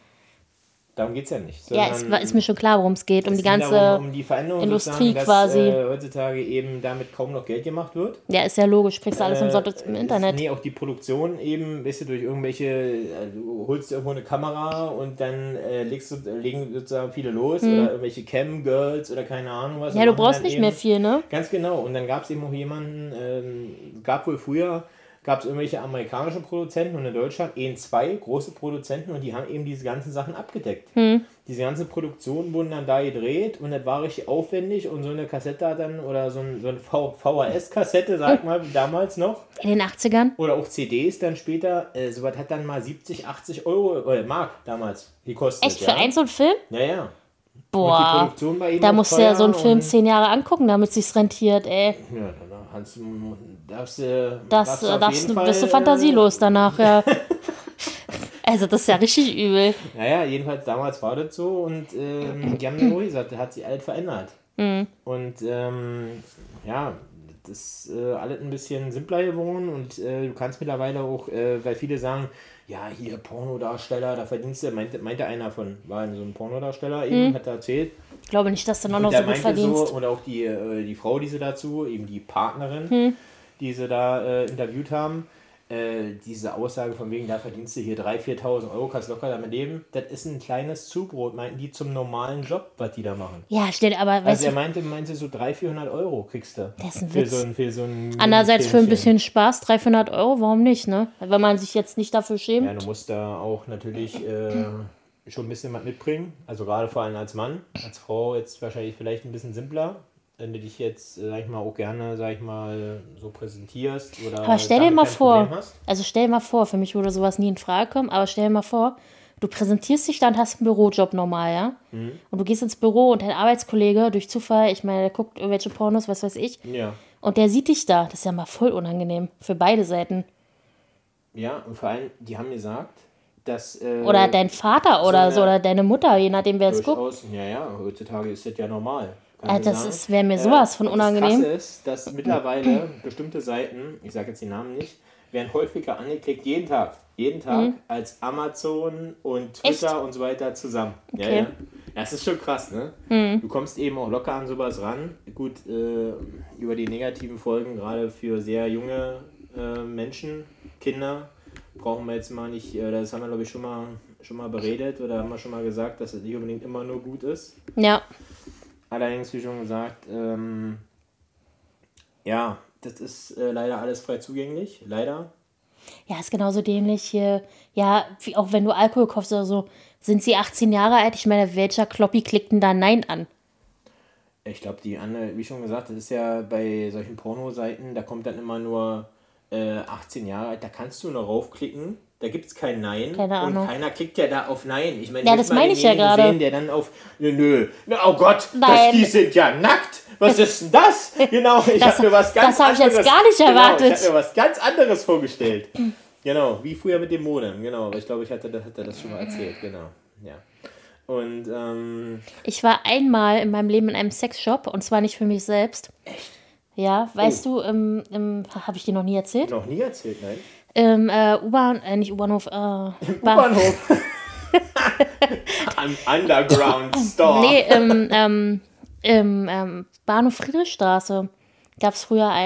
Darum geht es ja nicht. Ja, es war, ist mir schon klar, worum es geht. Um die ganze darum, um die Veränderung Industrie dass, quasi. Äh, heutzutage eben damit kaum noch Geld gemacht wird. Ja, ist ja logisch. Kriegst du alles äh, umsonst im Internet. Nee, auch die Produktion eben, weißt du, durch irgendwelche, äh, du holst dir irgendwo eine Kamera und dann äh, legst du, legen sozusagen viele los hm. oder irgendwelche Cam-Girls oder keine Ahnung was. Ja, du brauchst nicht eben, mehr viel, ne? Ganz genau. Und dann gab es eben auch jemanden, ähm, gab wohl früher, gab es irgendwelche amerikanischen Produzenten und in Deutschland eben zwei große Produzenten und die haben eben diese ganzen Sachen abgedeckt. Hm. Diese ganzen Produktionen wurden dann da gedreht und das war richtig aufwendig und so eine Kassette hat dann, oder so, ein, so eine V H S-Kassette, sag mal, damals noch. In den achtzigern? Oder auch C Ds dann später, äh, sowas hat dann mal siebzig, achtzig Euro, äh, Mark damals gekostet. Echt, für ja? Eins und Film? Ja, ja. Boah, da musst du ja so einen Film zehn Jahre angucken, damit es sich rentiert, ey. Ja, danach hast du, darfst, äh, das, darfst du, darfst du, Fall, bist du fantasielos danach, ja. Also das ist ja richtig übel. Naja, jedenfalls damals war das so und ähm, die haben nur gesagt, das hat sich alles verändert. Mhm. Und ähm, ja, das ist äh, alles ein bisschen simpler geworden und äh, du kannst mittlerweile auch, äh, weil viele sagen, ja, hier Pornodarsteller, da verdienst du, meinte, meinte einer von, war so ein Pornodarsteller eben, mhm. hat er erzählt. Ich glaube nicht, dass du noch, noch so gut verdienst. So, oder auch die, äh, die Frau, die sie dazu, eben die Partnerin, mhm. die sie da äh, interviewt haben, äh, diese Aussage von wegen, da verdienst du hier dreitausend, viertausend Euro, kannst locker damit leben, das ist ein kleines Zubrot, meinten die zum normalen Job, was die da machen. Ja, steht aber, weißt also du... er meinte, meinte so dreihundert, vierhundert Euro kriegst du. Das ist ein für Witz. So ein, für so ein Andererseits für ein bisschen Spaß, dreihundert, vierhundert Euro, warum nicht, ne? Wenn man sich jetzt nicht dafür schämt. Ja, du musst da auch natürlich äh, schon ein bisschen was mitbringen, also gerade vor allem als Mann, als Frau jetzt wahrscheinlich vielleicht ein bisschen simpler. Wenn du dich jetzt, sag ich mal, auch gerne, sag ich mal, so präsentierst oder. Aber stell dir mal vor, also stell dir mal vor, für mich würde sowas nie in Frage kommen, aber stell dir mal vor, du präsentierst dich dann, hast einen Bürojob normal, ja? Mhm. Und du gehst ins Büro und dein Arbeitskollege durch Zufall, ich meine, der guckt irgendwelche Pornos, was weiß ich. Ja. Und der sieht dich da. Das ist ja mal voll unangenehm. Für beide Seiten. Ja, und vor allem, die haben gesagt, dass. Äh, oder dein Vater oder so, so oder deine Mutter, je nachdem, wer es guckt. Ja, ja, heutzutage ist das ja normal. Äh, das wäre mir sowas äh, von unangenehm. Das Krasse ist, dass mittlerweile bestimmte Seiten, ich sage jetzt die Namen nicht, werden häufiger angeklickt, jeden Tag. Jeden Tag mhm. als Amazon und Twitter Echt? Und so weiter zusammen. Okay. Ja, ja. Das ist schon krass, ne? Mhm. Du kommst eben auch locker an sowas ran. Gut, äh, über die negativen Folgen, gerade für sehr junge äh, Menschen, Kinder, brauchen wir jetzt mal nicht, äh, das haben wir glaube ich schon mal, schon mal beredet oder haben wir schon mal gesagt, dass es nicht unbedingt immer nur gut ist. Ja. Allerdings, wie schon gesagt, ähm, ja, das ist äh, leider alles frei zugänglich, leider. Ja, ist genauso dämlich hier. Ja, wie, auch wenn du Alkohol kaufst oder so, sind sie achtzehn Jahre alt? Ich meine, welcher Kloppi klickt denn da Nein an? Ich glaube, die andere, wie schon gesagt, das ist ja bei solchen Pornoseiten, da kommt dann immer nur äh, achtzehn Jahre alt, da kannst du nur raufklicken. Da gibt es kein Nein. Keine Ahnung. Und keiner klickt ja da auf Nein. Ich meine, ja, das meine ich ja gerade. Sehen, der dann auf, nö, nö, oh Gott, das, die sind ja nackt. Was ist denn das? Genau, ich habe mir was ganz das anderes. Das habe ich jetzt gar nicht erwartet. Genau, ich habe mir was ganz anderes vorgestellt. Genau, wie früher mit dem Modem. Genau, aber ich glaube, ich hatte, hatte das schon mal erzählt. Genau, ja. Und, ähm... Ich war einmal in meinem Leben in einem Sexshop und zwar nicht für mich selbst. Echt? Ja, weißt oh. du, im, im, habe ich dir noch nie erzählt? Noch nie erzählt, nein. Im äh, U-Bahn, äh, nicht U-Bahnhof, äh... Im U-Bahnhof? Underground Store. Nee, im, ähm, im ähm, Bahnhof Friedrichstraße gab es früher einen.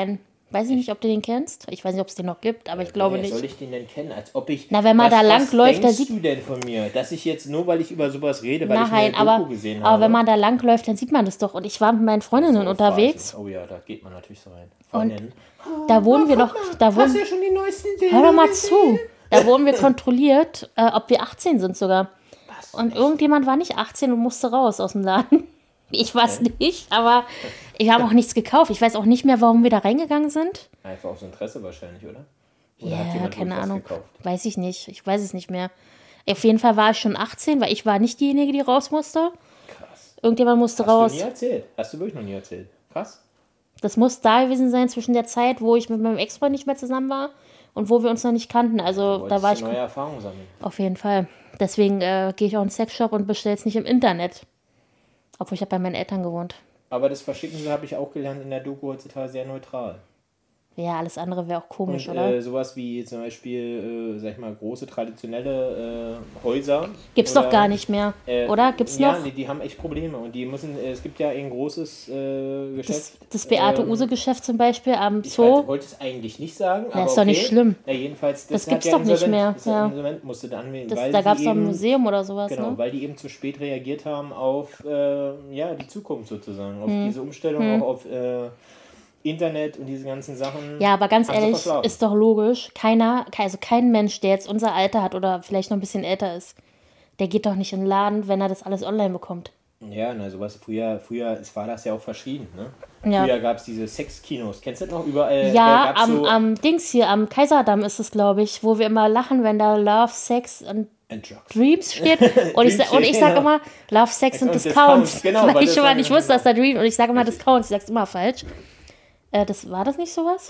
Weiß ich nicht, ob du den kennst. Ich weiß nicht, ob es den noch gibt, aber ich glaube Woher nicht. soll ich den denn kennen? Als ob ich... Na, wenn man was, da lang was läuft, da denkst sieht... du denn von mir? Dass ich jetzt, nur weil ich über sowas rede, weil Nein, ich eine Doku aber, gesehen habe? aber wenn man da lang läuft, dann sieht man das doch. Und ich war mit meinen Freundinnen So unterwegs. Phasen. Oh ja, da geht man natürlich so rein. Und da wurden wir noch... Da Hast wurden, du ja schon die neuesten Bilder hör doch mal gesehen? zu. Da wurden wir kontrolliert, äh, ob wir achtzehn sind sogar. Was? Und Echt? irgendjemand war nicht achtzehn und musste raus aus dem Laden. Ich weiß nicht, aber ich habe auch nichts gekauft. Ich weiß auch nicht mehr, warum wir da reingegangen sind. Einfach aus Interesse wahrscheinlich, oder? Oder Ja, hat jemand keine wirklich was Ahnung. gekauft? Weiß ich nicht. Ich weiß es nicht mehr. Auf jeden Fall war ich schon achtzehn, weil ich war nicht diejenige, die raus musste. Krass. Irgendjemand musste Hast raus. du nie erzählt? Hast du wirklich noch nie erzählt? Krass. Das muss da gewesen sein zwischen der Zeit, wo ich mit meinem Ex-Freund nicht mehr zusammen war und wo wir uns noch nicht kannten. Also Du da war wolltest ich neue Erfahrungen sammeln. auf jeden Fall. Deswegen äh, gehe ich auch in den Sexshop und bestelle es nicht im Internet. Obwohl ich habe bei meinen Eltern gewohnt. Aber das Verschicken, habe ich auch gelernt in der Doku heutzutage, sehr neutral. Ja, alles andere wäre auch komisch, Und oder? äh, sowas wie zum Beispiel, äh, sag ich mal, große traditionelle äh, Häuser. Gibt's oder, doch gar nicht mehr, äh, oder? Gibt's ja, noch? die, die haben echt Probleme. Und die müssen, äh, es gibt ja ein großes äh, Geschäft. Das, das Beate-Use-Geschäft zum Beispiel am Ich Zoo. halt, wollte es eigentlich nicht sagen, Ja, aber ist doch okay. nicht schlimm. Ja, jedenfalls, Das das, gibt's hat ja doch nicht Insolvent- mehr, Das ja. Insolvent musste da anmelden, Das, weil da gab es sie doch ein eben, Museum oder sowas, Genau, ne? weil die eben zu spät reagiert haben auf äh, ja, die Zukunft sozusagen, auf Hm. diese Umstellung, auch auf äh, Internet und diese ganzen Sachen. Ja, aber ganz haben sie ehrlich, verschlafen. ist doch logisch, keiner, also kein Mensch, der jetzt unser Alter hat oder vielleicht noch ein bisschen älter ist, der geht doch nicht in den Laden, wenn er das alles online bekommt. Ja, na sowas, früher, früher es war das ja auch verschieden, ne? Ja. Früher gab es diese Sexkinos, kennst du das noch? Überall, Ja, da gab's am, so am Dings hier, am Kaiserdamm ist es, glaube ich, wo wir immer lachen, wenn da Love, Sex und And Drugs. Dreams steht. Und ich, sa- und ich sage Genau. immer Love, Sex und Und Discounts. Discounts, genau, weil weil ich das schon mal dann- nicht wusste, dass da Dream. Und ich sage immer Richtig. Discounts, ich sag's immer falsch. Äh, das, war das nicht sowas?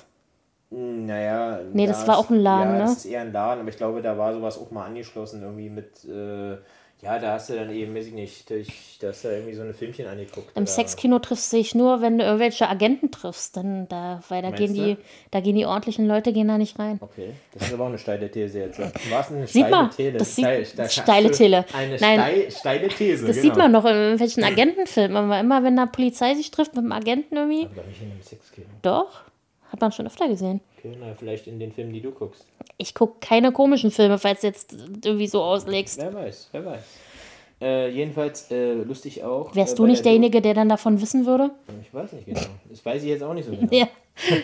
Naja. Nee, das war auch ein Laden, ja, ne? das ist eher ein Laden, aber ich glaube, da war sowas auch mal angeschlossen, irgendwie mit, äh, ja, da hast du dann eben, weiß ich nicht, durch, da hast du irgendwie so eine Filmchen angeguckt. Im oder- Sexkino triffst du dich nur, wenn du irgendwelche Agenten triffst. Dann da, weil da Meinst gehen die, du? da gehen die ordentlichen Leute gehen da nicht rein. Okay, das ist aber auch eine steile These jetzt. War es eine Sieht steile man, These? das sieht- Steil- steil- steile These. Eine Nein. steil, steile These, Das genau. sieht man noch in irgendwelchen Agentenfilmen. Aber immer, wenn da Polizei sich trifft mit einem Agenten irgendwie. Aber nicht in einem Sexkino. Doch, hat man schon öfter gesehen. Okay, na, vielleicht in den Filmen, die du guckst. Ich gucke keine komischen Filme, falls du jetzt irgendwie so auslegst. Wer weiß, wer weiß. Äh, jedenfalls äh, lustig auch. Wärst äh, du bei nicht der Du- derjenige, der dann davon wissen würde? Ich weiß nicht genau. Das weiß ich jetzt auch nicht so genau. Ja.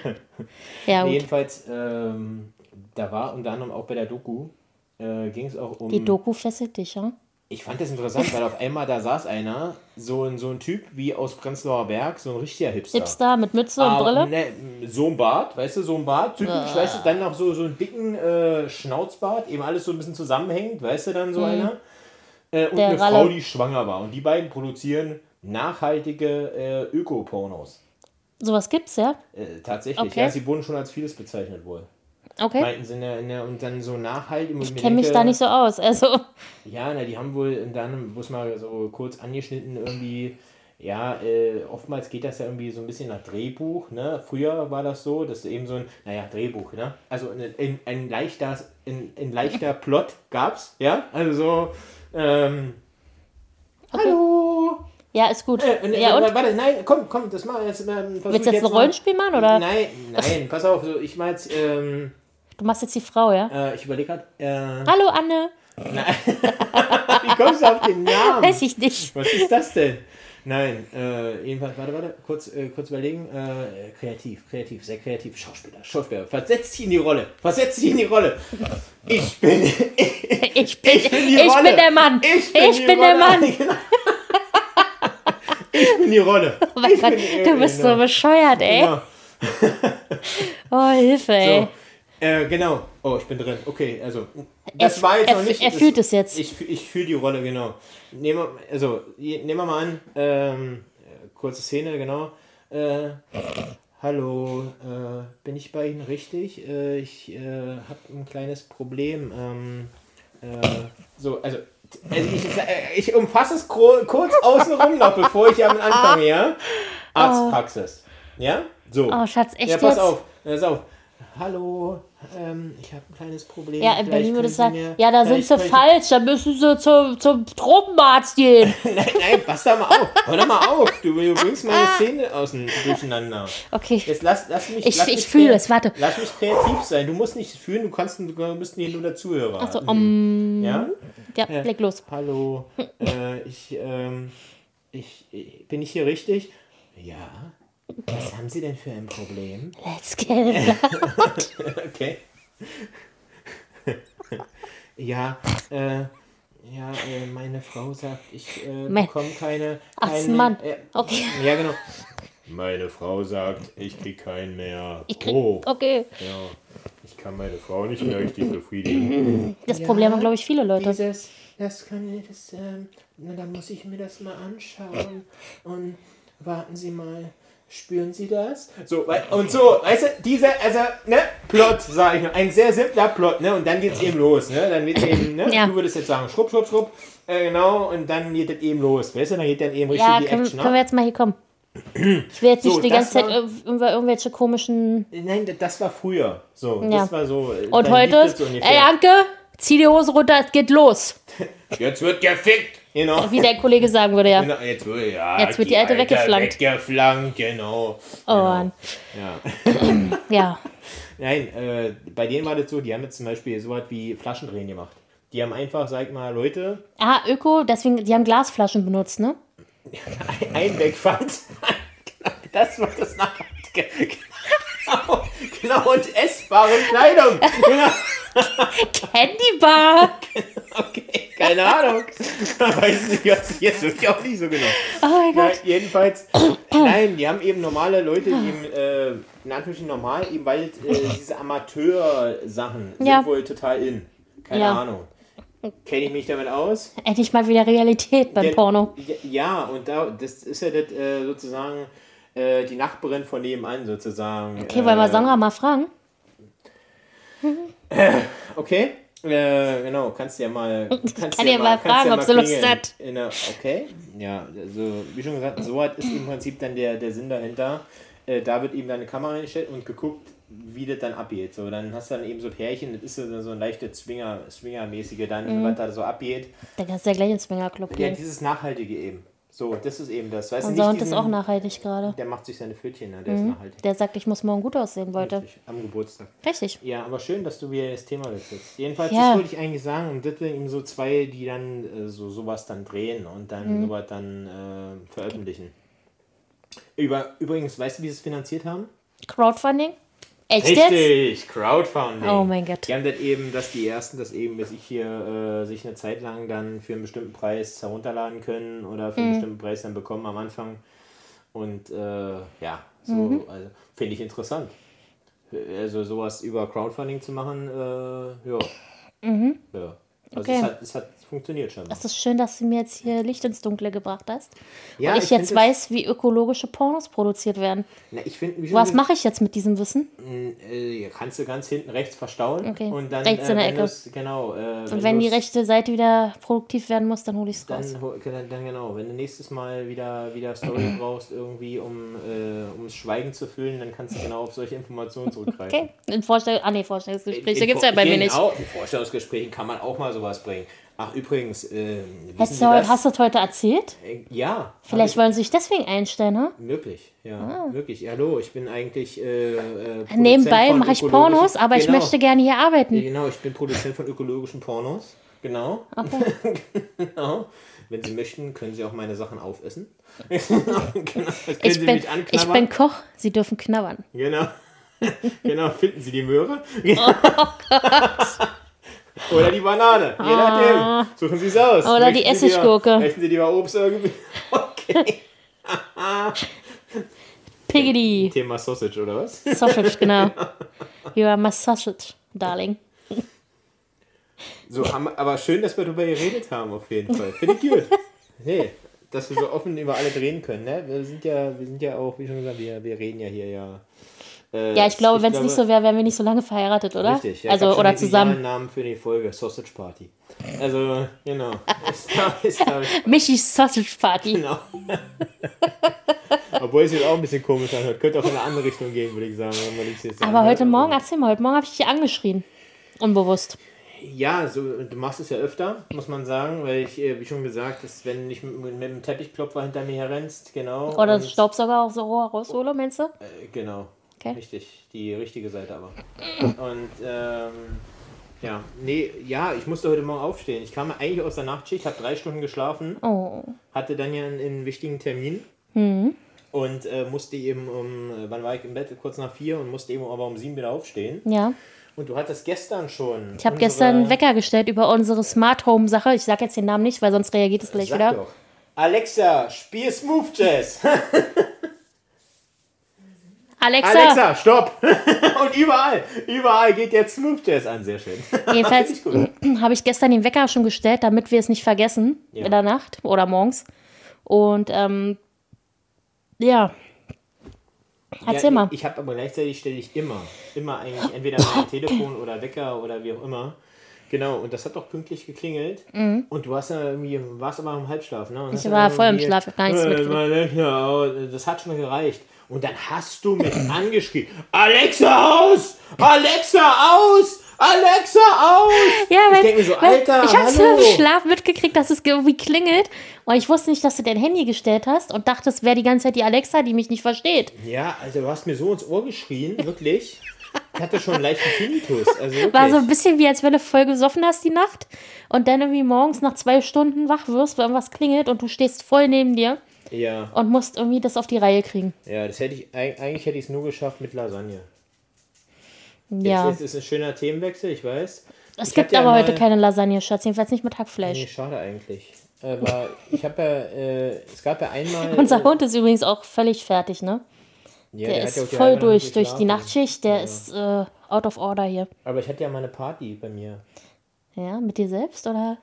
Ja, Nee, gut. jedenfalls, ähm, da war unter anderem auch bei der Doku, äh, ging es auch um... Die Doku fesselt dich, ja? Ich fand das interessant, weil auf einmal da saß einer, so ein, so ein Typ wie aus Prenzlauer Berg, so ein richtiger Hipster. Hipster mit Mütze und Aber, Brille. ne, so ein Bart, weißt du, so ein Bart, typisch, weißt du, dann noch so, so einen dicken äh, Schnauzbart, eben alles so ein bisschen zusammenhängend, weißt du, dann so einer. Äh, und Der eine Ralle. Frau, die schwanger war. Und die beiden produzieren nachhaltige äh, Öko-Pornos. Sowas gibt's, ja? Äh, tatsächlich, Okay. ja, sie wurden schon als vieles bezeichnet wohl. Okay. Meinten sie in der, in der, und dann so nachhaltig. Ich kenne mich da nicht so aus. Also, Ja, na, die haben wohl dann, bloß mal so kurz angeschnitten, irgendwie, ja, äh, oftmals geht das ja irgendwie so ein bisschen nach Drehbuch, ne? Früher war das so, dass du eben so ein, naja, Drehbuch, ne? Also ein, ein, ein leichter, ein, ein leichter Plot gab's, ja? Also so, ähm, hallo! ja, ist gut. Äh, äh, Ja, und? Warte, nein, komm, komm, das mal jetzt. Ähm, versuch Willst du ich jetzt ein mal- Rollenspiel machen, oder? Nein, nein, pass auf, so, ich meine jetzt, ähm, Du machst jetzt die Frau, ja? äh, ich überlege gerade, äh, Hallo, Anne. nein. Wie kommst du auf den Namen? Weiß ich nicht. Was ist das denn? Nein, äh, jedenfalls, warte, warte, kurz, äh, kurz überlegen. Äh, kreativ, kreativ, sehr kreativ. Schauspieler, Schauspieler. Versetz dich in die Rolle. Versetz dich in die Rolle. Ich bin, ich, Ich bin, ich bin die ich Rolle. bin der Mann. Ich bin, Ich die bin der Rolle. Mann. Genau. Ich bin die Rolle. Oh mein Ich Gott, bin die- du bist so genau. bescheuert, ey. Genau. Oh, Hilfe, ey. So, äh, genau. Oh, ich bin drin. Okay, also, das Er- war jetzt er- noch nicht... er das- fühlt es jetzt. Ich, fü- ich fühle die Rolle, genau. Nehmen wir, also, je- nehmen wir mal an, ähm, kurze Szene, genau. Äh, hallo, äh, bin ich bei Ihnen richtig? Äh, ich äh, habe ein kleines Problem. Ähm, äh, so, also... Also ich, äh, ich umfasse es kro- kurz außenrum noch, bevor ich damit anfange, ja? Arztpraxis. Ja? So. Oh, Schatz, echt Ja, pass jetzt? auf, pass auf. hallo, ähm, ich habe ein kleines Problem. Ja, in Vielleicht Berlin würde können es sagen, mir- ja, da sind vielleicht sie können- falsch, da müssen sie zum, zum Tropenarzt gehen. Nein, nein, pass da mal auf. Hör doch mal auf. Du, du bringst meine Szene aus dem Durcheinander. Okay, Jetzt lass, lass mich. ich, lass ich mich fühle krea- es, warte. Lass mich kreativ sein. Du musst nicht fühlen, du kannst, du bist hier nur der Zuhörer. Achso, Mhm. um, Ja? ja, Ja. leg los. Hallo, äh, ich, ähm, ich, ich, bin ich hier richtig? Ja. Was haben Sie denn für ein Problem? Let's get it. Okay. ja, äh, ja, äh, meine Frau sagt, ich äh, Mein- bekomme keine, Ach, keine... ist ein Mann. Äh, Okay. Ja, genau. Meine Frau sagt, ich krieg keinen mehr. Ich krieg, Oh, okay. ja. Ich kann meine Frau nicht mehr richtig befriedigen. Das Ja, Problem haben, glaube ich, viele Leute. Dieses, das kann das, ähm, na, da muss ich mir das mal anschauen. Und warten Sie mal, spüren Sie das? So, wei- und so, weißt du, dieser, also, ne, Plot, sag ich mal, ein sehr simpler Plot, ne, und dann geht's eben los, ne, dann wird eben, ne, Ja. du würdest jetzt sagen, schrupp, schrupp, schrupp, äh, genau, und dann geht das eben los, weißt du, dann geht dann eben richtig Ja, die können, Action können wir ab. jetzt mal hier kommen. Ich will jetzt nicht So, die das ganze Zeit war- irg- über irgendwelche komischen... Nein, das- das war früher, so, Ja. das war so. äh, Und dann heute, lief das so ungefähr. ey Anke, zieh die Hose runter, es geht los. Jetzt wird gefickt, genau. Wie der Kollege sagen würde, ja. Genau, jetzt wird, ja, Jetzt wird die Alte weggeflankt. Weggeflankt, genau. Oh Mann. Ja. Ja. Nein, äh, bei denen war das so, die haben jetzt zum Beispiel so was wie Flaschendrehen gemacht. Die haben einfach, sag mal, Leute, Ah, Öko, deswegen, die haben Glasflaschen benutzt, ne? ein- Einwegpfand. Das war das Nachhaltige. Genau, genau, und essbare Kleidung. Genau. Candy Bar! Okay, keine Ahnung. Weiß nicht, was ich jetzt wirklich auch nicht so genau. Oh mein Na, Gott. jedenfalls, nein, die haben eben normale Leute, die eben, äh, in Anführungsstrichen normal, eben weil äh, diese Amateur-Sachen Ja. sind wohl total in. Keine Ja. Ahnung. Kenne ich mich damit aus? Endlich mal wieder Realität beim Denn- Porno. Ja, und da, das ist ja das, äh, sozusagen äh, die Nachbarin von nebenan sozusagen. Okay, wollen wir Sandra mal fragen? Okay, äh, genau, kannst du ja mal. Kannst kann ja mal kannst fragen, ob sie Lust klingeln. hat. In der, okay, ja, also wie schon gesagt, so hat ist im Prinzip dann der, der Sinn dahinter. Äh, da wird eben dann eine Kamera eingestellt und geguckt, wie das dann abgeht. So, dann hast du dann eben so Pärchen, das ist so, so ein leichter Zwinger, Swingermäßige dann, Mhm. was da so abgeht. Dann kannst du ja gleich ins Swingerclub Ja, gehen. dieses Nachhaltige eben. So, das ist eben das. Weißt du, Unser nicht Hund ist diesen- auch nachhaltig gerade. Der macht sich seine Pfötchen, ne? Der ist nachhaltig. Der sagt, ich muss morgen gut aussehen wollte. Richtig, am Geburtstag. Richtig. Ja, aber schön, dass du wieder das Thema wechselst. Jedenfalls, Ja. das wollte ich eigentlich sagen. Und das sind eben so zwei, die dann äh, so sowas dann drehen und dann Mhm. sowas dann äh, veröffentlichen. Über, übrigens, weißt du, wie sie es finanziert haben? Crowdfunding? Echt jetzt? Richtig, Crowdfunding. Oh mein Gott. Die haben das eben, dass die ersten das eben, bis ich hier äh, sich eine Zeit lang dann für einen bestimmten Preis herunterladen können oder für Mhm. einen bestimmten Preis dann bekommen am Anfang. Und äh, ja, so, Mhm. also, finde ich interessant. Also sowas über Crowdfunding zu machen, äh, ja. ja. Also Okay. es, hat, es hat funktioniert schon. Es ist schön, dass du mir jetzt hier Licht ins Dunkle gebracht hast. Ja, und ich, ich jetzt find das- weiß, wie ökologische Pornos produziert werden. Na, ich find, wie schon Was gesagt, mache ich jetzt mit diesem Wissen? äh, kannst du ganz hinten rechts verstauen. Okay. Und dann, Rechts in der wenn Ecke. du's- Genau. Äh, Und wenn die du's- rechte Seite wieder produktiv werden muss, dann hole ich es raus. Dann, ho- dann, dann genau, wenn du nächstes Mal wieder, wieder Story brauchst, irgendwie, um äh, ums Schweigen zu füllen, dann kannst du genau auf solche Informationen zurückgreifen. Okay. In Vorstell ah, nee, Vorstellungsgespräche In- in gibt es ja bei mir nicht. Genau, in Vorstellungsgesprächen kann man auch mal sowas bringen. Ach, übrigens, äh, wissen Hättest Sie du, heute- das? hast du das heute erzählt? Äh, Ja. Vielleicht hab wollen sie sich deswegen einstellen, ne? ich, Möglich, ja. Wirklich. Hallo, ich bin eigentlich äh, äh, Produzent Nebenbei von mache ich ökologischen- Pornos, aber ich genau. möchte gerne hier arbeiten. Genau, ich bin Produzent von ökologischen Pornos. Genau. Okay. Genau. Wenn Sie möchten, können Sie auch meine Sachen aufessen. genau. Das können Ich Sie bin, mich ich anknabbern. bin Koch, sie dürfen knabbern. Genau. Genau, finden Sie die Möhre. Oh Oder die Banane. Je nachdem. Suchen Sie es aus. Oder die Möchten Sie lieber- Essiggurke. Möchten Sie lieber Obst irgendwie? Okay. Piggity. Thema Sausage, oder was? Sausage, genau. You are my sausage, darling. So, haben, aber schön, dass wir darüber geredet haben, auf jeden Fall. Finde ich gut. Hey, dass wir so offen über alle reden können, ne? Wir sind ja, wir sind ja auch, wie schon gesagt, wir, wir reden ja hier ja. Äh, Ja, ich glaube, wenn es nicht so wäre, wären wir nicht so lange verheiratet, oder? Richtig, ja, also, ich hab schon oder den zusammen. idealen Namen für die Folge, Sausage Party. Also, genau. Ist, ist, glaub ich, Michis Sausage Party. genau. Obwohl es jetzt auch ein bisschen komisch anhört. Könnte auch in eine andere Richtung gehen, würde ich sagen. Wenn man das jetzt Aber anhört. heute Morgen, erzähl mal, heute Morgen habe ich dich angeschrien. Unbewusst. Ja, so, du machst es ja öfter, muss man sagen, weil ich, wie schon gesagt, dass, wenn ich mit, mit dem Teppichklopfer hinter mir herrennst, genau. Oder das Staubsauger auch so raushole, meinst du? Äh, genau, okay. Richtig, die richtige Seite aber. Und, ähm, ja, nee, ja, ich musste heute Morgen aufstehen. Ich kam eigentlich aus der Nachtschicht, habe drei Stunden geschlafen, oh. hatte dann ja einen, einen wichtigen Termin mhm. und äh, musste eben um, wann war ich im Bett? Kurz nach vier und musste eben aber um sieben wieder aufstehen. Ja. Und du hattest gestern schon. Ich habe gestern einen Wecker gestellt über unsere Smart Home Sache. Ich sage jetzt den Namen nicht, weil sonst reagiert es gleich Sag wieder. Doch. Alexa, spiel Smooth Jazz. Alexa. Alexa, stopp. Und überall, überall geht jetzt Smooth Jazz an. Sehr schön. Jedenfalls habe ich gestern den Wecker schon gestellt, damit wir es nicht vergessen ja. in der Nacht oder morgens. Und ähm, ja. Erzähl ja, mal. Ich habe aber gleichzeitig stelle ich immer, immer eigentlich entweder mein Telefon oder Wecker oder wie auch immer. Genau, und das hat doch pünktlich geklingelt. Mhm. Und du hast ja irgendwie, warst aber im Halbschlaf, ne? Und ich war voll im Schlaf, gar nichts äh, mitgekriegt. Das hat schon gereicht. Und dann hast du mich angeschrien. Alexa aus! Alexa aus! Alexa aus! Ja, ich denke mir so, Alter, ich habe so hallo. im Schlaf mitgekriegt, dass es irgendwie klingelt. Und ich wusste nicht, dass du dein Handy gestellt hast und dachte, es wäre die ganze Zeit die Alexa, die mich nicht versteht. Ja, also du hast mir so ins Ohr geschrien, wirklich. Ich hatte schon einen leichten Tinnitus. Also wirklich. War so ein bisschen wie, als wenn du voll gesoffen hast die Nacht und dann irgendwie morgens nach zwei Stunden wach wirst, weil irgendwas klingelt und du stehst voll neben dir. Ja. Und musst irgendwie das auf die Reihe kriegen. Ja, das hätte ich, eigentlich hätte ich es nur geschafft mit Lasagne. Ja. Jetzt, jetzt ist ein schöner Themenwechsel, ich weiß. Es ich gibt ja aber mal, heute keine Lasagne, Schatz, jedenfalls nicht mit Hackfleisch. Nee, schade eigentlich. Aber ich habe ja, äh, es gab ja einmal... Unser äh, Hund ist übrigens auch völlig fertig, ne? Ja, der, der ist hat ja voll durch, durch die geschlafen. Nachtschicht, der ja. ist äh, out of order hier. Aber ich hatte ja mal eine Party bei mir. Ja, mit dir selbst, oder?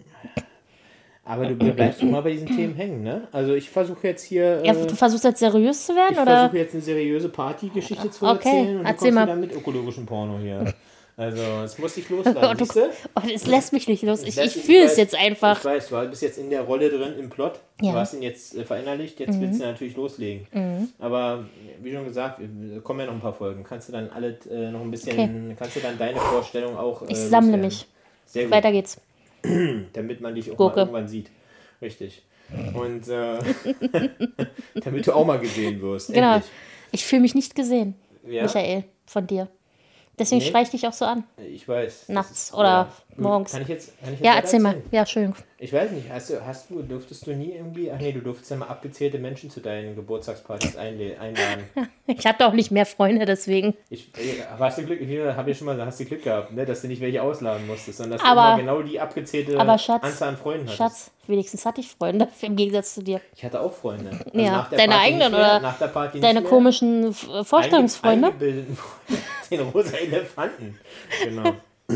Aber du bleibst immer bei diesen Themen hängen, ne? Also ich versuche jetzt hier... Ja, äh, du versuchst jetzt seriös zu werden, ich oder? Ich versuche jetzt eine seriöse Partygeschichte zu okay, erzählen und du erzähl kommst mal. wieder mit ökologischem Porno hier. Also, es muss dich loslassen, oh, siehst du? Oh, es lässt mich nicht los. Ich, ich ich fühle es weiß, jetzt einfach. Ich weiß, du bist jetzt in der Rolle drin, im Plot. Ja. Du hast ihn jetzt äh, verinnerlicht, jetzt Mhm. willst du natürlich loslegen. Mhm. Aber, wie schon gesagt, wir kommen ja noch ein paar Folgen. Kannst du dann alle äh, noch ein bisschen, Okay. kannst du dann deine Vorstellung auch äh, Ich sammle loswerden. mich. Sehr gut. Weiter geht's. Damit man dich auch Gurke. mal irgendwann sieht. Richtig. Und äh, damit du auch mal gesehen wirst. Genau. Endlich. Ich fühle mich nicht gesehen, Ja? Michael, von dir. Deswegen Nee. schreie ich dich auch so an. Ich weiß. das Nachts ist- oder ja. morgens. Kann ich jetzt, kann ich jetzt Ja, weiter erzähl mal. erzählen? Ja, Entschuldigung. Ich weiß nicht, hast du, hast du, durftest du nie irgendwie, ach nee, du durftest ja mal abgezählte Menschen zu deinen Geburtstagspartys einle- einladen. Ich hatte auch nicht mehr Freunde, deswegen. Ich, äh, aber hast du Glück, ich habe ja schon mal, hast du Glück gehabt, ne, dass du nicht welche ausladen musstest, sondern dass Aber- du immer genau die abgezählte Aber Schatz, Anzahl an Freunden hattest. Schatz, wenigstens hatte ich Freunde, im Gegensatz zu dir. Ich hatte auch Freunde. Also Ja, nach der deine Party eigenen nicht mehr, oder nach der Party Deine nicht mehr. komischen äh, Vorstellungsfreunde. Eingebildeten Freunde, den rosa Elefanten. Genau.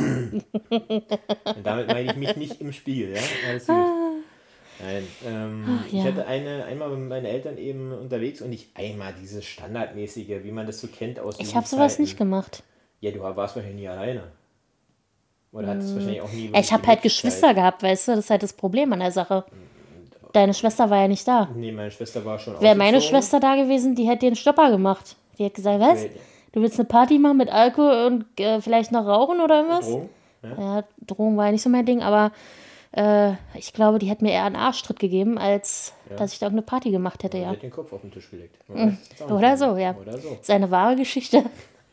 Und damit meine ich mich nicht im Spiel, ja? Alles gut. Nein, ähm, Ach, ja. ich hatte eine, einmal mit meinen Eltern eben unterwegs und ich einmal dieses Standardmäßige, wie man das so kennt aus Ich habe sowas nicht gemacht. Ja, du warst wahrscheinlich nie alleine. Oder hattest wahrscheinlich auch nie... Ich wirklich habe die halt Möglichkeit. Geschwister gehabt, weißt du? Das ist halt das Problem an der Sache. Deine Schwester war ja nicht da. Nee, meine Schwester war schon Wäre meine ausgezogen. Schwester da gewesen, die hätte den Stopper gemacht. Die hat gesagt, was? Nee, Du willst eine Party machen mit Alkohol und äh, vielleicht noch rauchen oder irgendwas? Drogen? Ja. Ja, Drogen war ja nicht so mein Ding, aber äh, ich glaube, die hat mir eher einen Arschtritt gegeben, als Ja. dass ich da irgendeine Party gemacht hätte, Sie ja. hat den Kopf auf den Tisch gelegt. Man weiß es jetzt auch nicht Oder mehr. so, ja. Oder so. Das ist eine wahre Geschichte.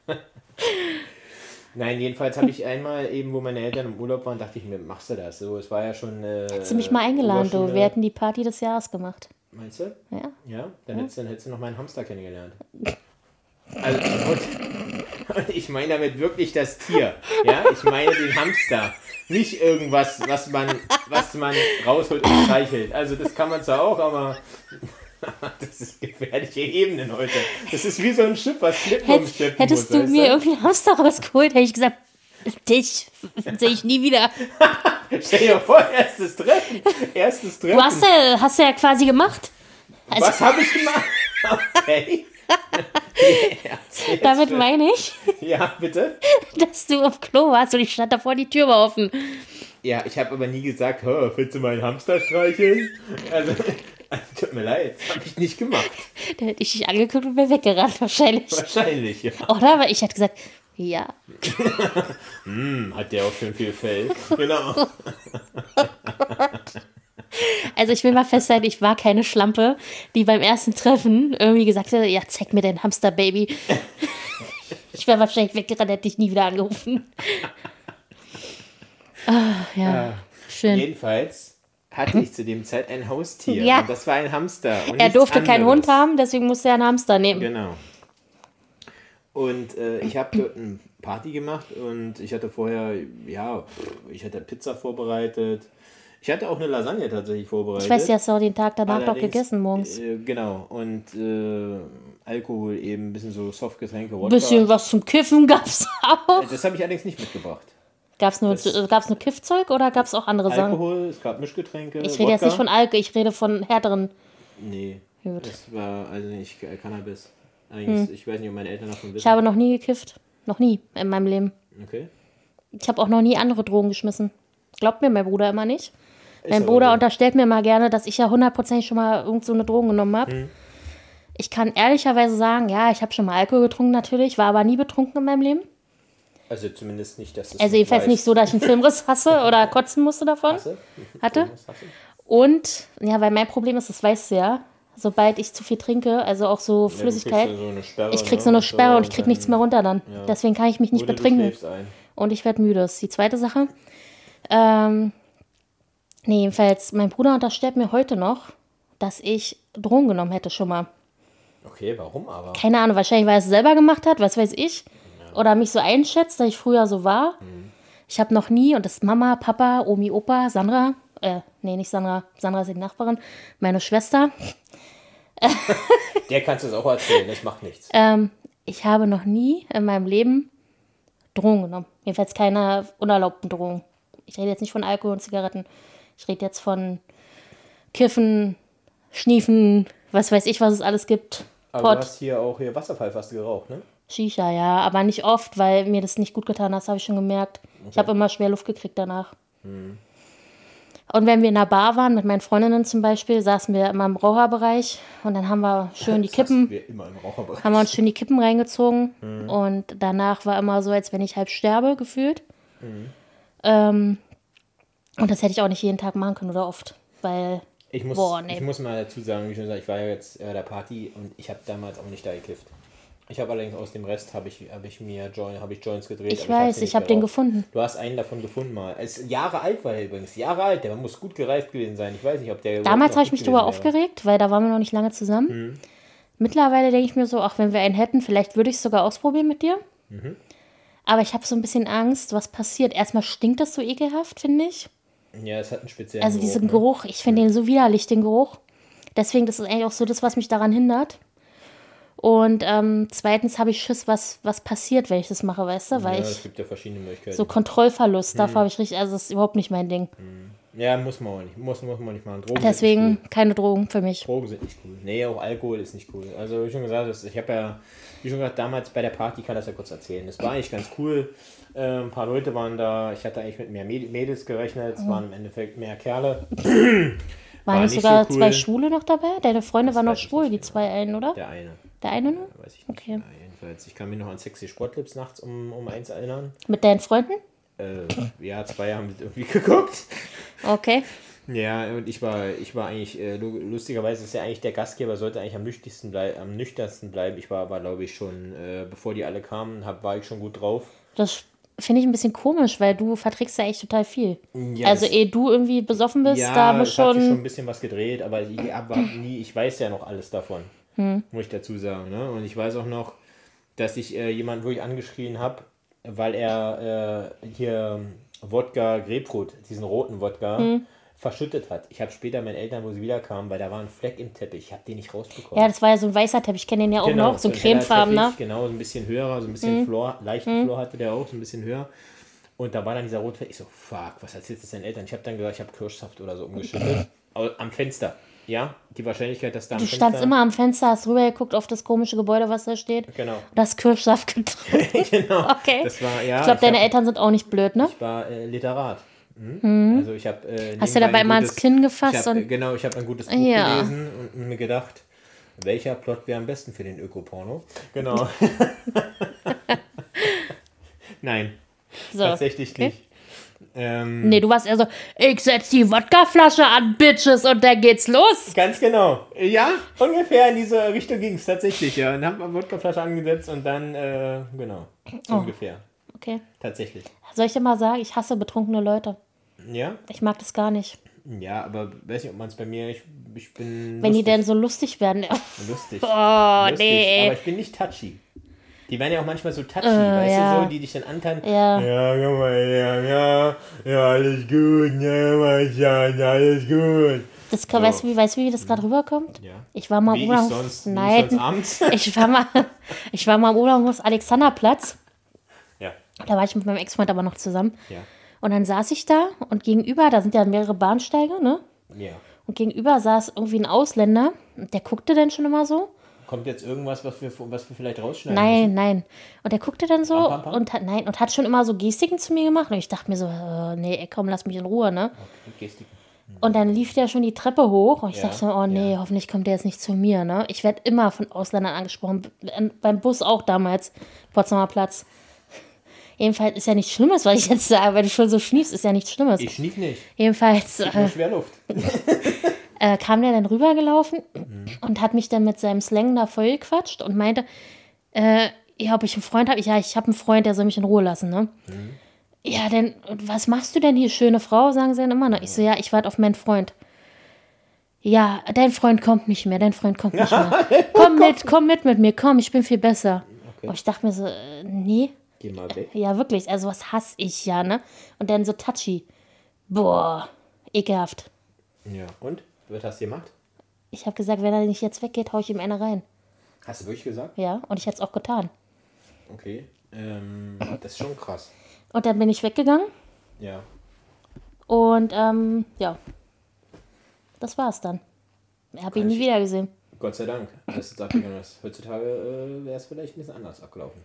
Nein, jedenfalls habe ich einmal eben, wo meine Eltern im Urlaub waren, dachte ich mir, machst du das? So, es war ja schon. Äh, Hättest du mich mal eingeladen, du. Oberschule. Wir hätten die Party des Jahres gemacht. Meinst du? Ja. Ja, dann, Hättest, dann hättest du noch meinen Hamster kennengelernt. Also, und, und ich meine damit wirklich das Tier. Ja, ich meine den Hamster. Nicht irgendwas, was man, was man rausholt und streichelt. Also, das kann man zwar auch, aber. Das ist gefährliche Ebenen heute. Das ist wie so ein Schiff, was Klippen Hätt, umschiffen hättest muss. du weißt mir irgendeinen Hamster rausgeholt, hätte ich gesagt, dich sehe ich nie wieder. Stell dir vor, erstes Treffen. Erstes Treffen. Du hast ja, hast ja quasi gemacht. Also, Was habe ich gemacht? Okay. Erzähl's damit mir. meine ich, Ja, bitte? dass du auf Klo warst und ich stand davor, die Tür war offen. Ja, ich habe aber nie gesagt, hör, willst du meinen Hamster streicheln? Also, Tut mir leid, habe ich nicht gemacht. Da hätte ich dich angeguckt und wäre weggerannt, wahrscheinlich. Wahrscheinlich, ja. Oder? Aber ich hätte gesagt, ja. hm, hat der auch schön viel Fell. Genau. Also ich will mal festhalten, ich war keine Schlampe, die beim ersten Treffen irgendwie gesagt hat, ja, zeig mir dein Hamster-Baby. Ich wäre wahrscheinlich weggerannt, hätte dich nie wieder angerufen. Ah, ja, schön. Jedenfalls hatte ich zu dem Zeit ein Haustier. Ja. Und das war ein Hamster. Und Er nichts durfte keinen anderes. Hund haben, deswegen musste er einen Hamster nehmen. Genau. Und äh, ich habe dort eine Party gemacht und ich hatte vorher, ja, ich hatte Pizza vorbereitet. Ich hatte auch eine Lasagne tatsächlich vorbereitet. Ich weiß, du hast auch den Tag danach Allerdings, noch gegessen morgens. Äh, genau. Und äh, Alkohol eben, ein bisschen so Softgetränke, Ein Wodka. bisschen was zum Kiffen gab's auch. Das habe ich allerdings nicht mitgebracht. Gab's nur, Das- gab's nur Kiffzeug oder gab's auch andere Sachen? Alkohol, es gab Mischgetränke, Ich rede jetzt nicht von Alkohol, ich rede von härteren. Nee, Gut. das war also nicht äh, Cannabis. Eigentlich, ich weiß nicht, ob meine Eltern davon wissen. Ich habe noch nie gekifft. Noch nie in meinem Leben. Okay. Ich habe auch noch nie andere Drogen geschmissen. Glaubt mir mein Bruder immer nicht. Ist Mein aber Bruder so. unterstellt mir mal gerne, dass ich ja hundertprozentig schon mal irgend so eine Drogen genommen habe. Hm. Ich kann ehrlicherweise sagen, ja, ich habe schon mal Alkohol getrunken natürlich, war aber nie betrunken in meinem Leben. Also zumindest nicht, dass es Also jedenfalls nicht so, dass ich einen Filmriss hasse oder kotzen musste davon. Hasse? Hatte. Hasse? Und, ja, weil mein Problem ist, das weißt du ja, sobald ich zu viel trinke, also auch so Flüssigkeit, Ja, du kriegst ja so eine Sperre, ich krieg ne? so eine Und Sperre und ich und krieg dann- nichts mehr runter dann. Ja. Deswegen kann ich mich nicht Oder du betrinken. schläfst ein. Und ich werde müde. Das ist die zweite Sache. Ähm, nee, jedenfalls, mein Bruder unterstellt mir heute noch, dass ich Drogen genommen hätte schon mal. Okay, warum aber? Keine Ahnung, wahrscheinlich, weil er es selber gemacht hat, was weiß ich. Oder mich so einschätzt, dass ich früher so war. Mhm. Ich habe noch nie, und das ist Mama, Papa, Omi, Opa, Sandra, äh, nee, nicht Sandra, Sandra ist die Nachbarin, meine Schwester. Der kannst du es auch erzählen, das macht nichts. Ähm, ich habe noch nie in meinem Leben Drogen genommen. Jedenfalls keine unerlaubten Drogen. Ich rede jetzt nicht von Alkohol und Zigaretten. Ich rede jetzt von Kiffen, Schniefen, was weiß ich, was es alles gibt. Aber Pott, du hast hier auch hier Wasserpfeife hast du geraucht, ne? Shisha, ja, aber nicht oft, weil mir das nicht gut getan hat, das habe ich schon gemerkt. Ich habe immer schwer Luft gekriegt danach. Mhm. Und wenn wir in einer Bar waren, mit meinen Freundinnen zum Beispiel, saßen wir immer im Raucherbereich und dann haben wir schön die Das Kippen, hast du immer im Raucherbereich. haben wir uns schön die Kippen reingezogen und danach war immer so, als wenn ich halb sterbe, gefühlt. Ähm, und das hätte ich auch nicht jeden Tag machen können oder oft, weil, Ich muss, boah, nee. ich muss mal dazu sagen, wie schon gesagt, ich war ja jetzt bei der Party und ich habe damals auch nicht da gekifft. Ich habe allerdings aus dem Rest habe ich, hab ich mir Joint, habe ich Joints gedreht. ich aber weiß, sie ich nicht habe den geraucht. gefunden. Du hast einen davon gefunden mal. Er ist Jahre alt war er übrigens. Jahre alt. Der muss gut gereift gewesen sein. Ich weiß nicht, ob der. Damals überhaupt habe ich noch mich gut darüber gewesen wäre. aufgeregt, weil da waren wir noch nicht lange zusammen. Mittlerweile denke ich mir so, ach, wenn wir einen hätten, vielleicht würde ich es sogar ausprobieren mit dir. Aber ich habe so ein bisschen Angst, was passiert. Erstmal stinkt das so ekelhaft, finde ich. Ja, es hat einen speziellen Also Geruch, diesen ne? Geruch, ich finde den so widerlich, den Geruch. Deswegen, das ist eigentlich auch so das, was mich daran hindert. Und ähm, zweitens habe ich Schiss, was, was passiert, wenn ich das mache, weißt du? Weil Ja, es ich gibt ja verschiedene Möglichkeiten. so Kontrollverlust, davor habe ich richtig, also das ist überhaupt nicht mein Ding. Ja, muss man auch nicht. Muss, muss man nicht machen. Drogen Deswegen sind nicht cool. keine Drogen für mich. Drogen sind nicht cool. Nee, auch Alkohol ist nicht cool. Also wie schon gesagt, das, ich habe ja, wie schon gesagt, damals bei der Party, ich kann das ja kurz erzählen. Das war eigentlich ganz cool. Äh, ein paar Leute waren da. Ich hatte eigentlich mit mehr Mäd- Mädels gerechnet. Es waren im Endeffekt mehr Kerle. Waren War nicht nicht sogar so cool. zwei Schwule noch dabei? Deine Freunde Das waren noch weiß ich schwul, nicht die genau. zwei einen, oder? Der eine. Der eine nur? Weiß ich nicht. Okay. Ja, jedenfalls. Ich kann mich noch an Sexy Sportlips nachts um, um eins erinnern. Mit deinen Freunden? Äh, ja, zwei haben irgendwie geguckt. Okay. Ja, und ich war, ich war eigentlich, äh, lu- lustigerweise ist ja eigentlich der Gastgeber, sollte eigentlich am nüchternsten, blei am nüchternsten bleiben. Ich war aber, glaube ich, schon, äh, bevor die alle kamen, hab, war ich schon gut drauf. Das finde ich ein bisschen komisch, weil du verträgst ja echt total viel. Ja, also das- ehe du irgendwie besoffen bist, Ja, da muss es hat sich schon schon... ein bisschen was gedreht, aber ich, hab, hab nie, ich weiß ja noch alles davon, muss ich dazu sagen. Ne? Und ich weiß auch noch, dass ich äh, jemanden wirklich angeschrien habe, weil er äh, hier Wodka Grapefruit, diesen roten Wodka, verschüttet hat. Ich habe später meinen Eltern, wo sie wiederkamen, weil da war ein Fleck im Teppich, ich habe den nicht rausbekommen. Ja, das war ja so ein weißer Teppich, ich kenne den ja auch noch, so ein ein heller cremefarbener. Teppich, genau, so ein bisschen höher, so ein bisschen Flor, leichten Flor hatte der auch, so ein bisschen höher. Und da war dann dieser Rotfleck. Ich so, fuck, was erzählst du deinen Eltern? Ich habe dann gesagt, ich habe Kirschsaft oder so umgeschüttet. Aber am Fenster. Ja, die Wahrscheinlichkeit, dass da am Du Fenster... standst immer am Fenster, hast rübergeguckt auf das komische Gebäude, was da steht. Genau. Und hast Kirschsaft getrunken. genau. Okay. Das war, ja, Ich glaube, deine hab, Eltern sind auch nicht blöd, ne? Ich war äh, Literat. Mhm. Also ich habe äh, Hast du dabei mal ins Kinn gefasst? Ich hab, und genau, ich habe ein gutes Buch ja. gelesen und mir gedacht, welcher Plot wäre am besten für den Ökoporno? Genau. Nein, so. Tatsächlich okay. nicht. Ähm, nee, du warst eher so, ich setz die Wodkaflasche an, Bitches, und dann geht's los. Ganz genau. Ja, ungefähr in diese Richtung ging es tatsächlich, ja. Und hab eine Wodkaflasche angesetzt und dann, äh, genau, oh. ungefähr. Okay. Tatsächlich. Soll ich dir mal sagen, ich hasse betrunkene Leute. Ja? Ich mag das gar nicht. Ja, aber weiß nicht, ob man es bei mir, ich, ich bin Wenn lustig. die denn so lustig werden. Lustig. Oh, lustig. nee. Aber ich bin nicht touchy. Die werden ja auch manchmal so touchy, äh, weißt ja. du, so, die dich dann antanzen. Ja. Ja, guck mal, ja, ja, ja, alles gut, ja, ja, alles gut. Das kann, so. weißt, du, wie, weißt du, wie das gerade rüberkommt? Ja. Ich war mal wie am Urlaub. Ich sonst, Nein, ich, sonst abends. ich, war mal, ich war mal am Urlaub Alexanderplatz. Ja. Da war ich mit meinem Ex-Freund aber noch zusammen. Ja. Und dann saß ich da und gegenüber, da sind ja mehrere Bahnsteige, ne? Ja. Und gegenüber saß irgendwie ein Ausländer. Und der guckte dann schon immer so. Kommt jetzt irgendwas, was wir, was wir vielleicht rausschneiden Nein, müssen? nein. Und der guckte dann so pam, pam, pam. und hat nein und hat schon immer so Gestiken zu mir gemacht. Und ich dachte mir so, äh, nee, komm, lass mich in Ruhe, ne? Okay, Gestiken. Hm. Und dann lief der schon die Treppe hoch und ich ja, dachte so, oh nee, ja. hoffentlich kommt der jetzt nicht zu mir, ne? Ich werde immer von Ausländern angesprochen. B- beim Bus auch damals, Potsdamer Platz. Jedenfalls ist ja nichts Schlimmes, was ich jetzt sage, weil du schon so schniefst, ist ja nichts Schlimmes. Ich schnief nicht. Jedenfalls ich äh, Schwerluft. äh, kam der dann rübergelaufen mhm. und hat mich dann mit seinem Slang da voll gequatscht und meinte, äh, ja, ob ich einen Freund habe. Ja, ich habe einen Freund, der soll mich in Ruhe lassen, ne? Mhm. Ja, denn, was machst du denn hier, schöne Frau, sagen sie dann immer noch. Ich so, ja, ich warte auf meinen Freund. Ja, dein Freund kommt nicht mehr, dein Freund kommt nicht mehr. Komm mit, komm mit mit mir, komm, ich bin viel besser. Okay. Und ich dachte mir so, äh, nee. Geh mal weg. Ja, wirklich, also was hasse ich ja, ne? Und dann so touchy. Boah, ekelhaft. Ja, und? Was hast du gemacht? Ich habe gesagt, wenn er nicht jetzt weggeht, hau ich ihm eine rein. Hast du wirklich gesagt? Ja, und ich hätte es auch getan. Okay, ähm, das ist schon krass. Und dann bin ich weggegangen. Ja. Und, ähm, ja. Das war's dann. Ich habe ihn nie wieder gesehen. Gott sei Dank, dass du abgegangen ist. Heutzutage äh, wäre es vielleicht ein bisschen anders abgelaufen.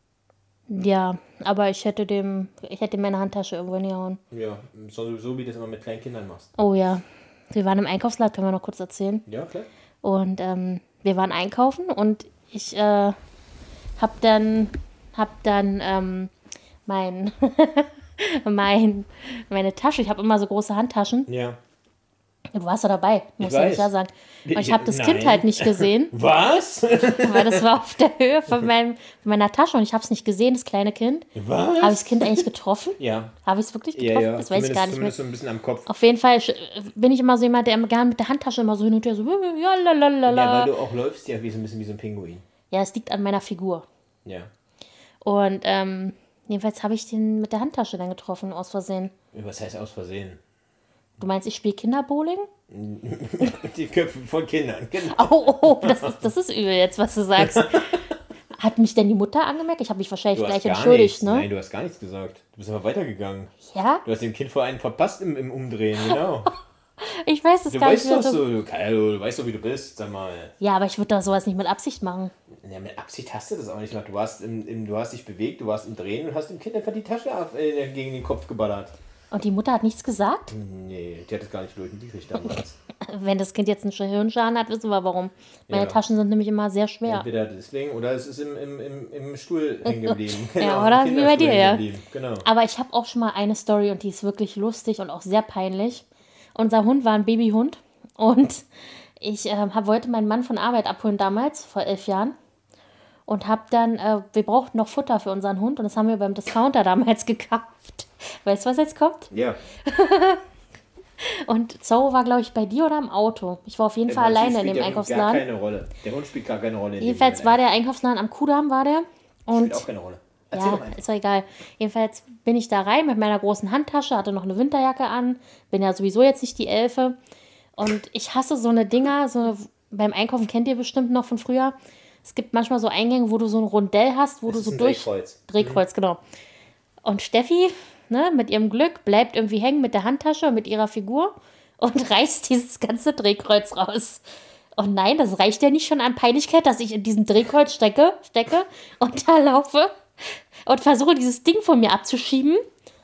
Ja, aber ich hätte dem, ich hätte ihm meine Handtasche irgendwo hingehauen. Ja, so, so wie du das immer mit kleinen Kindern machst. Oh ja. Wir waren im Einkaufsladen, können wir noch kurz erzählen. Ja, klar. Und ähm, wir waren einkaufen und ich äh, hab dann, hab dann ähm, mein, mein, meine Tasche, ich habe immer so große Handtaschen. Ja. Du warst ja dabei, muss ich ich ja sagen. Und ich habe das Nein. Kind halt nicht gesehen. Was? Weil das war auf der Höhe von, meinem, von meiner Tasche und ich habe es nicht gesehen, das kleine Kind. Was? Habe ich das Kind eigentlich getroffen? Ja. Habe ich es wirklich getroffen? Ja, ja. Das weiß ich gar nicht mehr. So ein bisschen am Kopf. Auf jeden Fall bin ich immer so jemand, der gerne mit der Handtasche immer so hin und her so, ja, lalalala. Ja, weil du auch läufst ja wie so ein bisschen wie so ein Pinguin. Ja, es liegt an meiner Figur. Ja. Und ähm, jedenfalls habe ich den mit der Handtasche dann getroffen, aus Versehen. Was heißt aus Versehen? Du meinst, ich spiele Kinderbowling? Die Köpfe von Kindern, genau. Oh, oh, das ist, das ist übel jetzt, was du sagst. Hat mich denn die Mutter angemerkt? Ich habe mich wahrscheinlich du gleich hast gar entschuldigt, nichts. ne? Nein, du hast gar nichts gesagt. Du bist aber weitergegangen. Ja? Du hast dem Kind vor einen verpasst im, im Umdrehen, genau. Ich weiß es du gar weißt nicht. Doch so, du, du, du weißt doch, wie du bist, sag mal. Ja, aber ich würde doch sowas nicht mit Absicht machen. Ja, mit Absicht hast du das auch nicht gemacht. Du, warst im, im, du hast dich bewegt, du warst im Drehen und hast dem Kind einfach die Tasche auf, äh, gegen den Kopf geballert. Und die Mutter hat nichts gesagt? Nee, die hat es gar nicht Leuten Dietrich damals. Wenn das Kind jetzt einen Hirnschaden hat, wissen wir warum. Meine ja. Taschen sind nämlich immer sehr schwer. Entweder deswegen oder es ist im, im, im, im Stuhl hängen geblieben. Genau, ja, oder wie bei dir, ja. Genau. Aber ich habe auch schon mal eine Story und die ist wirklich lustig und auch sehr peinlich. Unser Hund war ein Babyhund und ich äh, hab, wollte meinen Mann von Arbeit abholen damals, vor elf Jahren. Und hab dann, äh, wir brauchten noch Futter für unseren Hund und das haben wir beim Discounter damals gekauft. Weißt du, was jetzt kommt? Ja. Und Zorro war, glaube ich, bei dir oder im Auto? Ich war auf jeden der Fall alleine in dem der Einkaufsladen. Gar keine Rolle. Der Hund spielt gar keine Rolle. In Jedenfalls war der Einkaufsladen am Kudamm, war der. Und spielt auch keine Rolle. Erzähl ja, ist doch egal. Jedenfalls bin ich da rein mit meiner großen Handtasche, hatte noch eine Winterjacke an, bin ja sowieso jetzt nicht die Elfe. Und ich hasse so eine Dinger, so beim Einkaufen kennt ihr bestimmt noch von früher. Es gibt manchmal so Eingänge, wo du so ein Rondell hast, wo das du ist so ein durch... Drehkreuz. Drehkreuz, mhm. genau. Und Steffi, ne, mit ihrem Glück, bleibt irgendwie hängen mit der Handtasche und mit ihrer Figur und reißt dieses ganze Drehkreuz raus. Und nein, das reicht ja nicht schon an Peinlichkeit, dass ich in diesem Drehkreuz stecke, stecke und da laufe und versuche, dieses Ding von mir abzuschieben.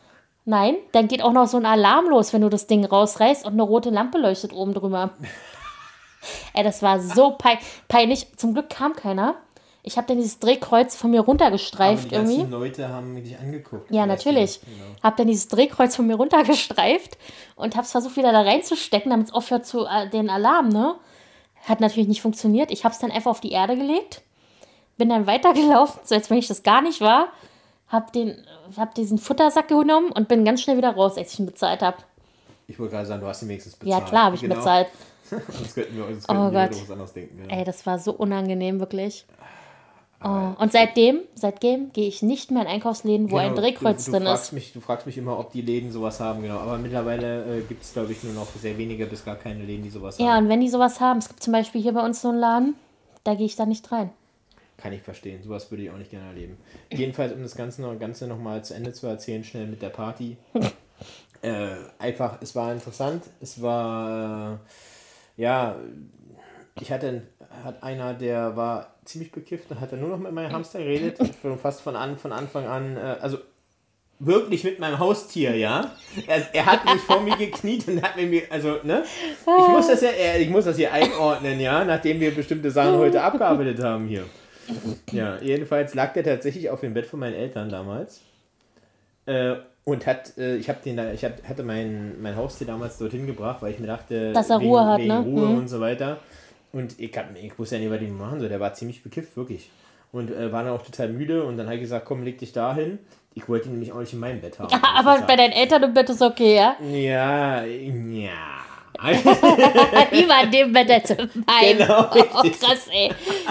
Nein, dann geht auch noch so ein Alarm los, wenn du das Ding rausreißt und eine rote Lampe leuchtet oben drüber. Ey, das war so pein- peinlich. Zum Glück kam keiner. Ich habe dann dieses Drehkreuz von mir runtergestreift Aber die irgendwie. ganzen Leute haben dich angeguckt. Ja, natürlich. Genau. Hab dann dieses Drehkreuz von mir runtergestreift und hab's versucht wieder da reinzustecken, damit es aufhört zu äh, den Alarm, ne? Hat natürlich nicht funktioniert. Ich hab's dann einfach auf die Erde gelegt, bin dann weitergelaufen, so als wenn ich das gar nicht war, hab, den, hab diesen Futtersack genommen und bin ganz schnell wieder raus, als ich ihn bezahlt habe. Ich wollte gerade sagen, du hast ihn wenigstens bezahlt. Ja, klar, habe ich ihn genau. bezahlt. Sonst könnten wir uns Oh könnten Gott. was anderes denken. Genau. Ey, das war so unangenehm, wirklich. Oh. Und seitdem, seitdem gehe ich nicht mehr in Einkaufsläden, wo genau, ein Drehkreuz du, du drin fragst ist. Mich, du fragst mich immer, ob die Läden sowas haben, genau. Aber mittlerweile äh, gibt es, glaube ich, nur noch sehr wenige bis gar keine Läden, die sowas Ja, haben. und wenn die sowas haben, es gibt zum Beispiel hier bei uns so einen Laden, da gehe ich da nicht rein. Kann ich verstehen, sowas würde ich auch nicht gerne erleben. Jedenfalls, um das Ganze noch, Ganze noch mal zu Ende zu erzählen, schnell mit der Party. äh, einfach, es war interessant, es war, äh, ja, ich hatte, hat einer, der war ziemlich bekifft, da hat er nur noch mit meinem Hamster geredet, fast von, an, von Anfang an, äh, also wirklich mit meinem Haustier, ja. Er, er hat mich vor mir gekniet und hat mir, also, ne? Ich muss das ja, ich muss das hier einordnen, ja, nachdem wir bestimmte Sachen heute abgearbeitet haben hier. Ja, jedenfalls lag der tatsächlich auf dem Bett von meinen Eltern damals. Äh, und hat, äh, ich habe den da, ich hab, hatte mein, mein Haustier damals dorthin gebracht, weil ich mir dachte, dass er wegen, Ruhe hat, wegen ne? Ruhe Mhm. und so weiter. Und ich, hab, ich wusste ja nicht, was ich machen soll. Der war ziemlich bekifft, wirklich. Und äh, war dann auch total müde und dann habe ich gesagt, komm, leg dich da hin. Ich wollte ihn nämlich auch nicht in meinem Bett haben. Ja, aber bei deinen Eltern im Bett ist okay, ja? Ja, ja. Lieber in dem Bett als in meinem. Genau, Oh, richtig. krass, ey.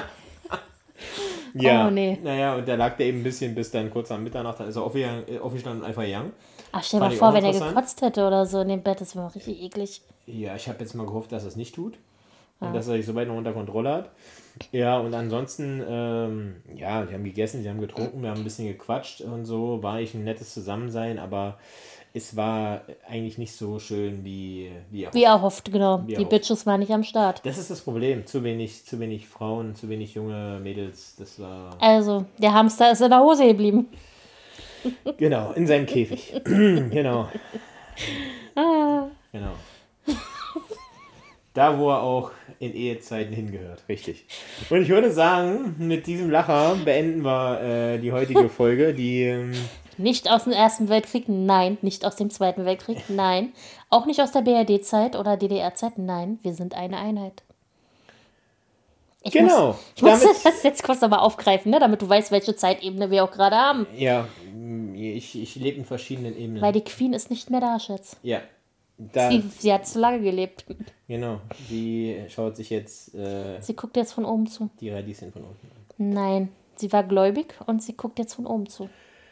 Ja, Oh, nee. naja, und da lag der eben ein bisschen bis dann kurz am Mitternacht, dann ist er aufgegangen- äh, aufgestanden und einfach gegangen. Ach, stell dir Fand mal ich vor, auch wenn er interessant. gekotzt hätte oder so in dem Bett, das wäre mal richtig eklig. Ja, ich habe jetzt mal gehofft, dass er es nicht tut. Und dass er sich so weit noch unter Kontrolle hat. Ja, und ansonsten, ähm, ja, wir haben gegessen, wir haben getrunken, wir haben ein bisschen gequatscht und so. War eigentlich ein nettes Zusammensein, aber es war eigentlich nicht so schön wie, wie erhofft. Wie erhofft, genau. Wie Die erhofft. Bitches waren nicht am Start. Das ist das Problem. Zu wenig, zu wenig Frauen, zu wenig junge Mädels. Das war. Also, der Hamster ist in der Hose geblieben. Genau, in seinem Käfig. Genau. Ah. Genau. Da, wo er auch in Ehezeiten hingehört. Richtig. Und ich würde sagen, mit diesem Lacher beenden wir äh, die heutige Folge. Die, ähm, Nicht aus dem Ersten Weltkrieg, nein. Nicht aus dem Zweiten Weltkrieg, nein. Auch nicht aus der B R D-Zeit oder D D R-Zeit, nein. Wir sind eine Einheit. Ich genau. Muss, ich muss Damit- das jetzt kurz nochmal aufgreifen, ne, damit du weißt, welche Zeitebene wir auch gerade haben. Ja, ich, ich lebe in verschiedenen Ebenen. Weil die Queen ist nicht mehr da, Schatz. ja. Da, Sie, sie hat zu lange gelebt. genau. Die schaut sich jetzt äh, Sie guckt jetzt von oben zu. die Radieschen von unten an. Nein, sie war gläubig und sie guckt jetzt von oben zu.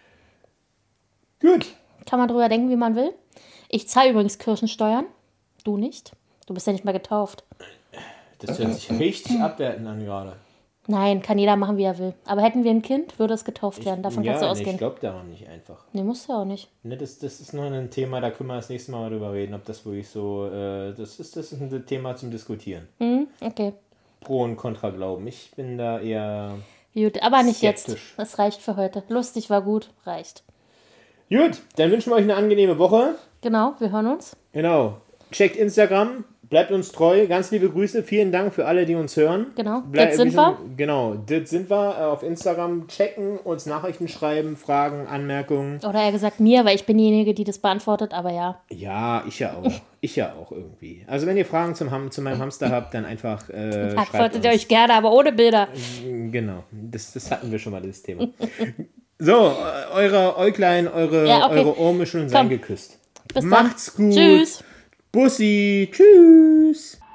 Gut. Kann man drüber denken, wie man will. Ich zahle übrigens Kirchensteuern. Du nicht. Du bist ja nicht mehr getauft. Das hört sich richtig abwertend an gerade. Nein, kann jeder machen, wie er will. Aber hätten wir ein Kind, würde es getauft werden. Davon ja, kannst du nee, ausgehen. ich glaube daran nicht einfach. Nee, musst du ja auch nicht. Ne, das, das ist noch ein Thema, da können wir das nächste Mal mal drüber reden, ob das wirklich so, äh, das ist das ist ein Thema zum Diskutieren. Hm, okay. Pro und Contra Glauben. Ich bin da eher... Gut, aber nicht Skeptisch. jetzt. Das reicht für heute. Lustig war gut, reicht. Gut, dann wünschen wir euch eine angenehme Woche. Genau, wir hören uns. Genau. Checkt Instagram, bleibt uns treu. Ganz liebe Grüße, vielen Dank für alle, die uns hören. Genau, Blei- das sind wir. Genau, das sind wir. Äh, Auf Instagram checken, uns Nachrichten schreiben, Fragen, Anmerkungen. Oder eher gesagt mir, weil ich bin diejenige, die das beantwortet, aber ja. Ja, ich ja auch. Ich ja auch irgendwie. Also wenn ihr Fragen zum Ham zu meinem Hamster habt, dann einfach äh, schreibt Antwortet ihr uns. euch gerne, aber ohne Bilder. Genau, das, das hatten wir schon mal, das Thema. So, äh, eure Äuglein, eure, Ja, okay. eure Ohrmuscheln seien Komm. geküsst. Bis dann. Macht's gut. Tschüss. Bussi. Tschüss.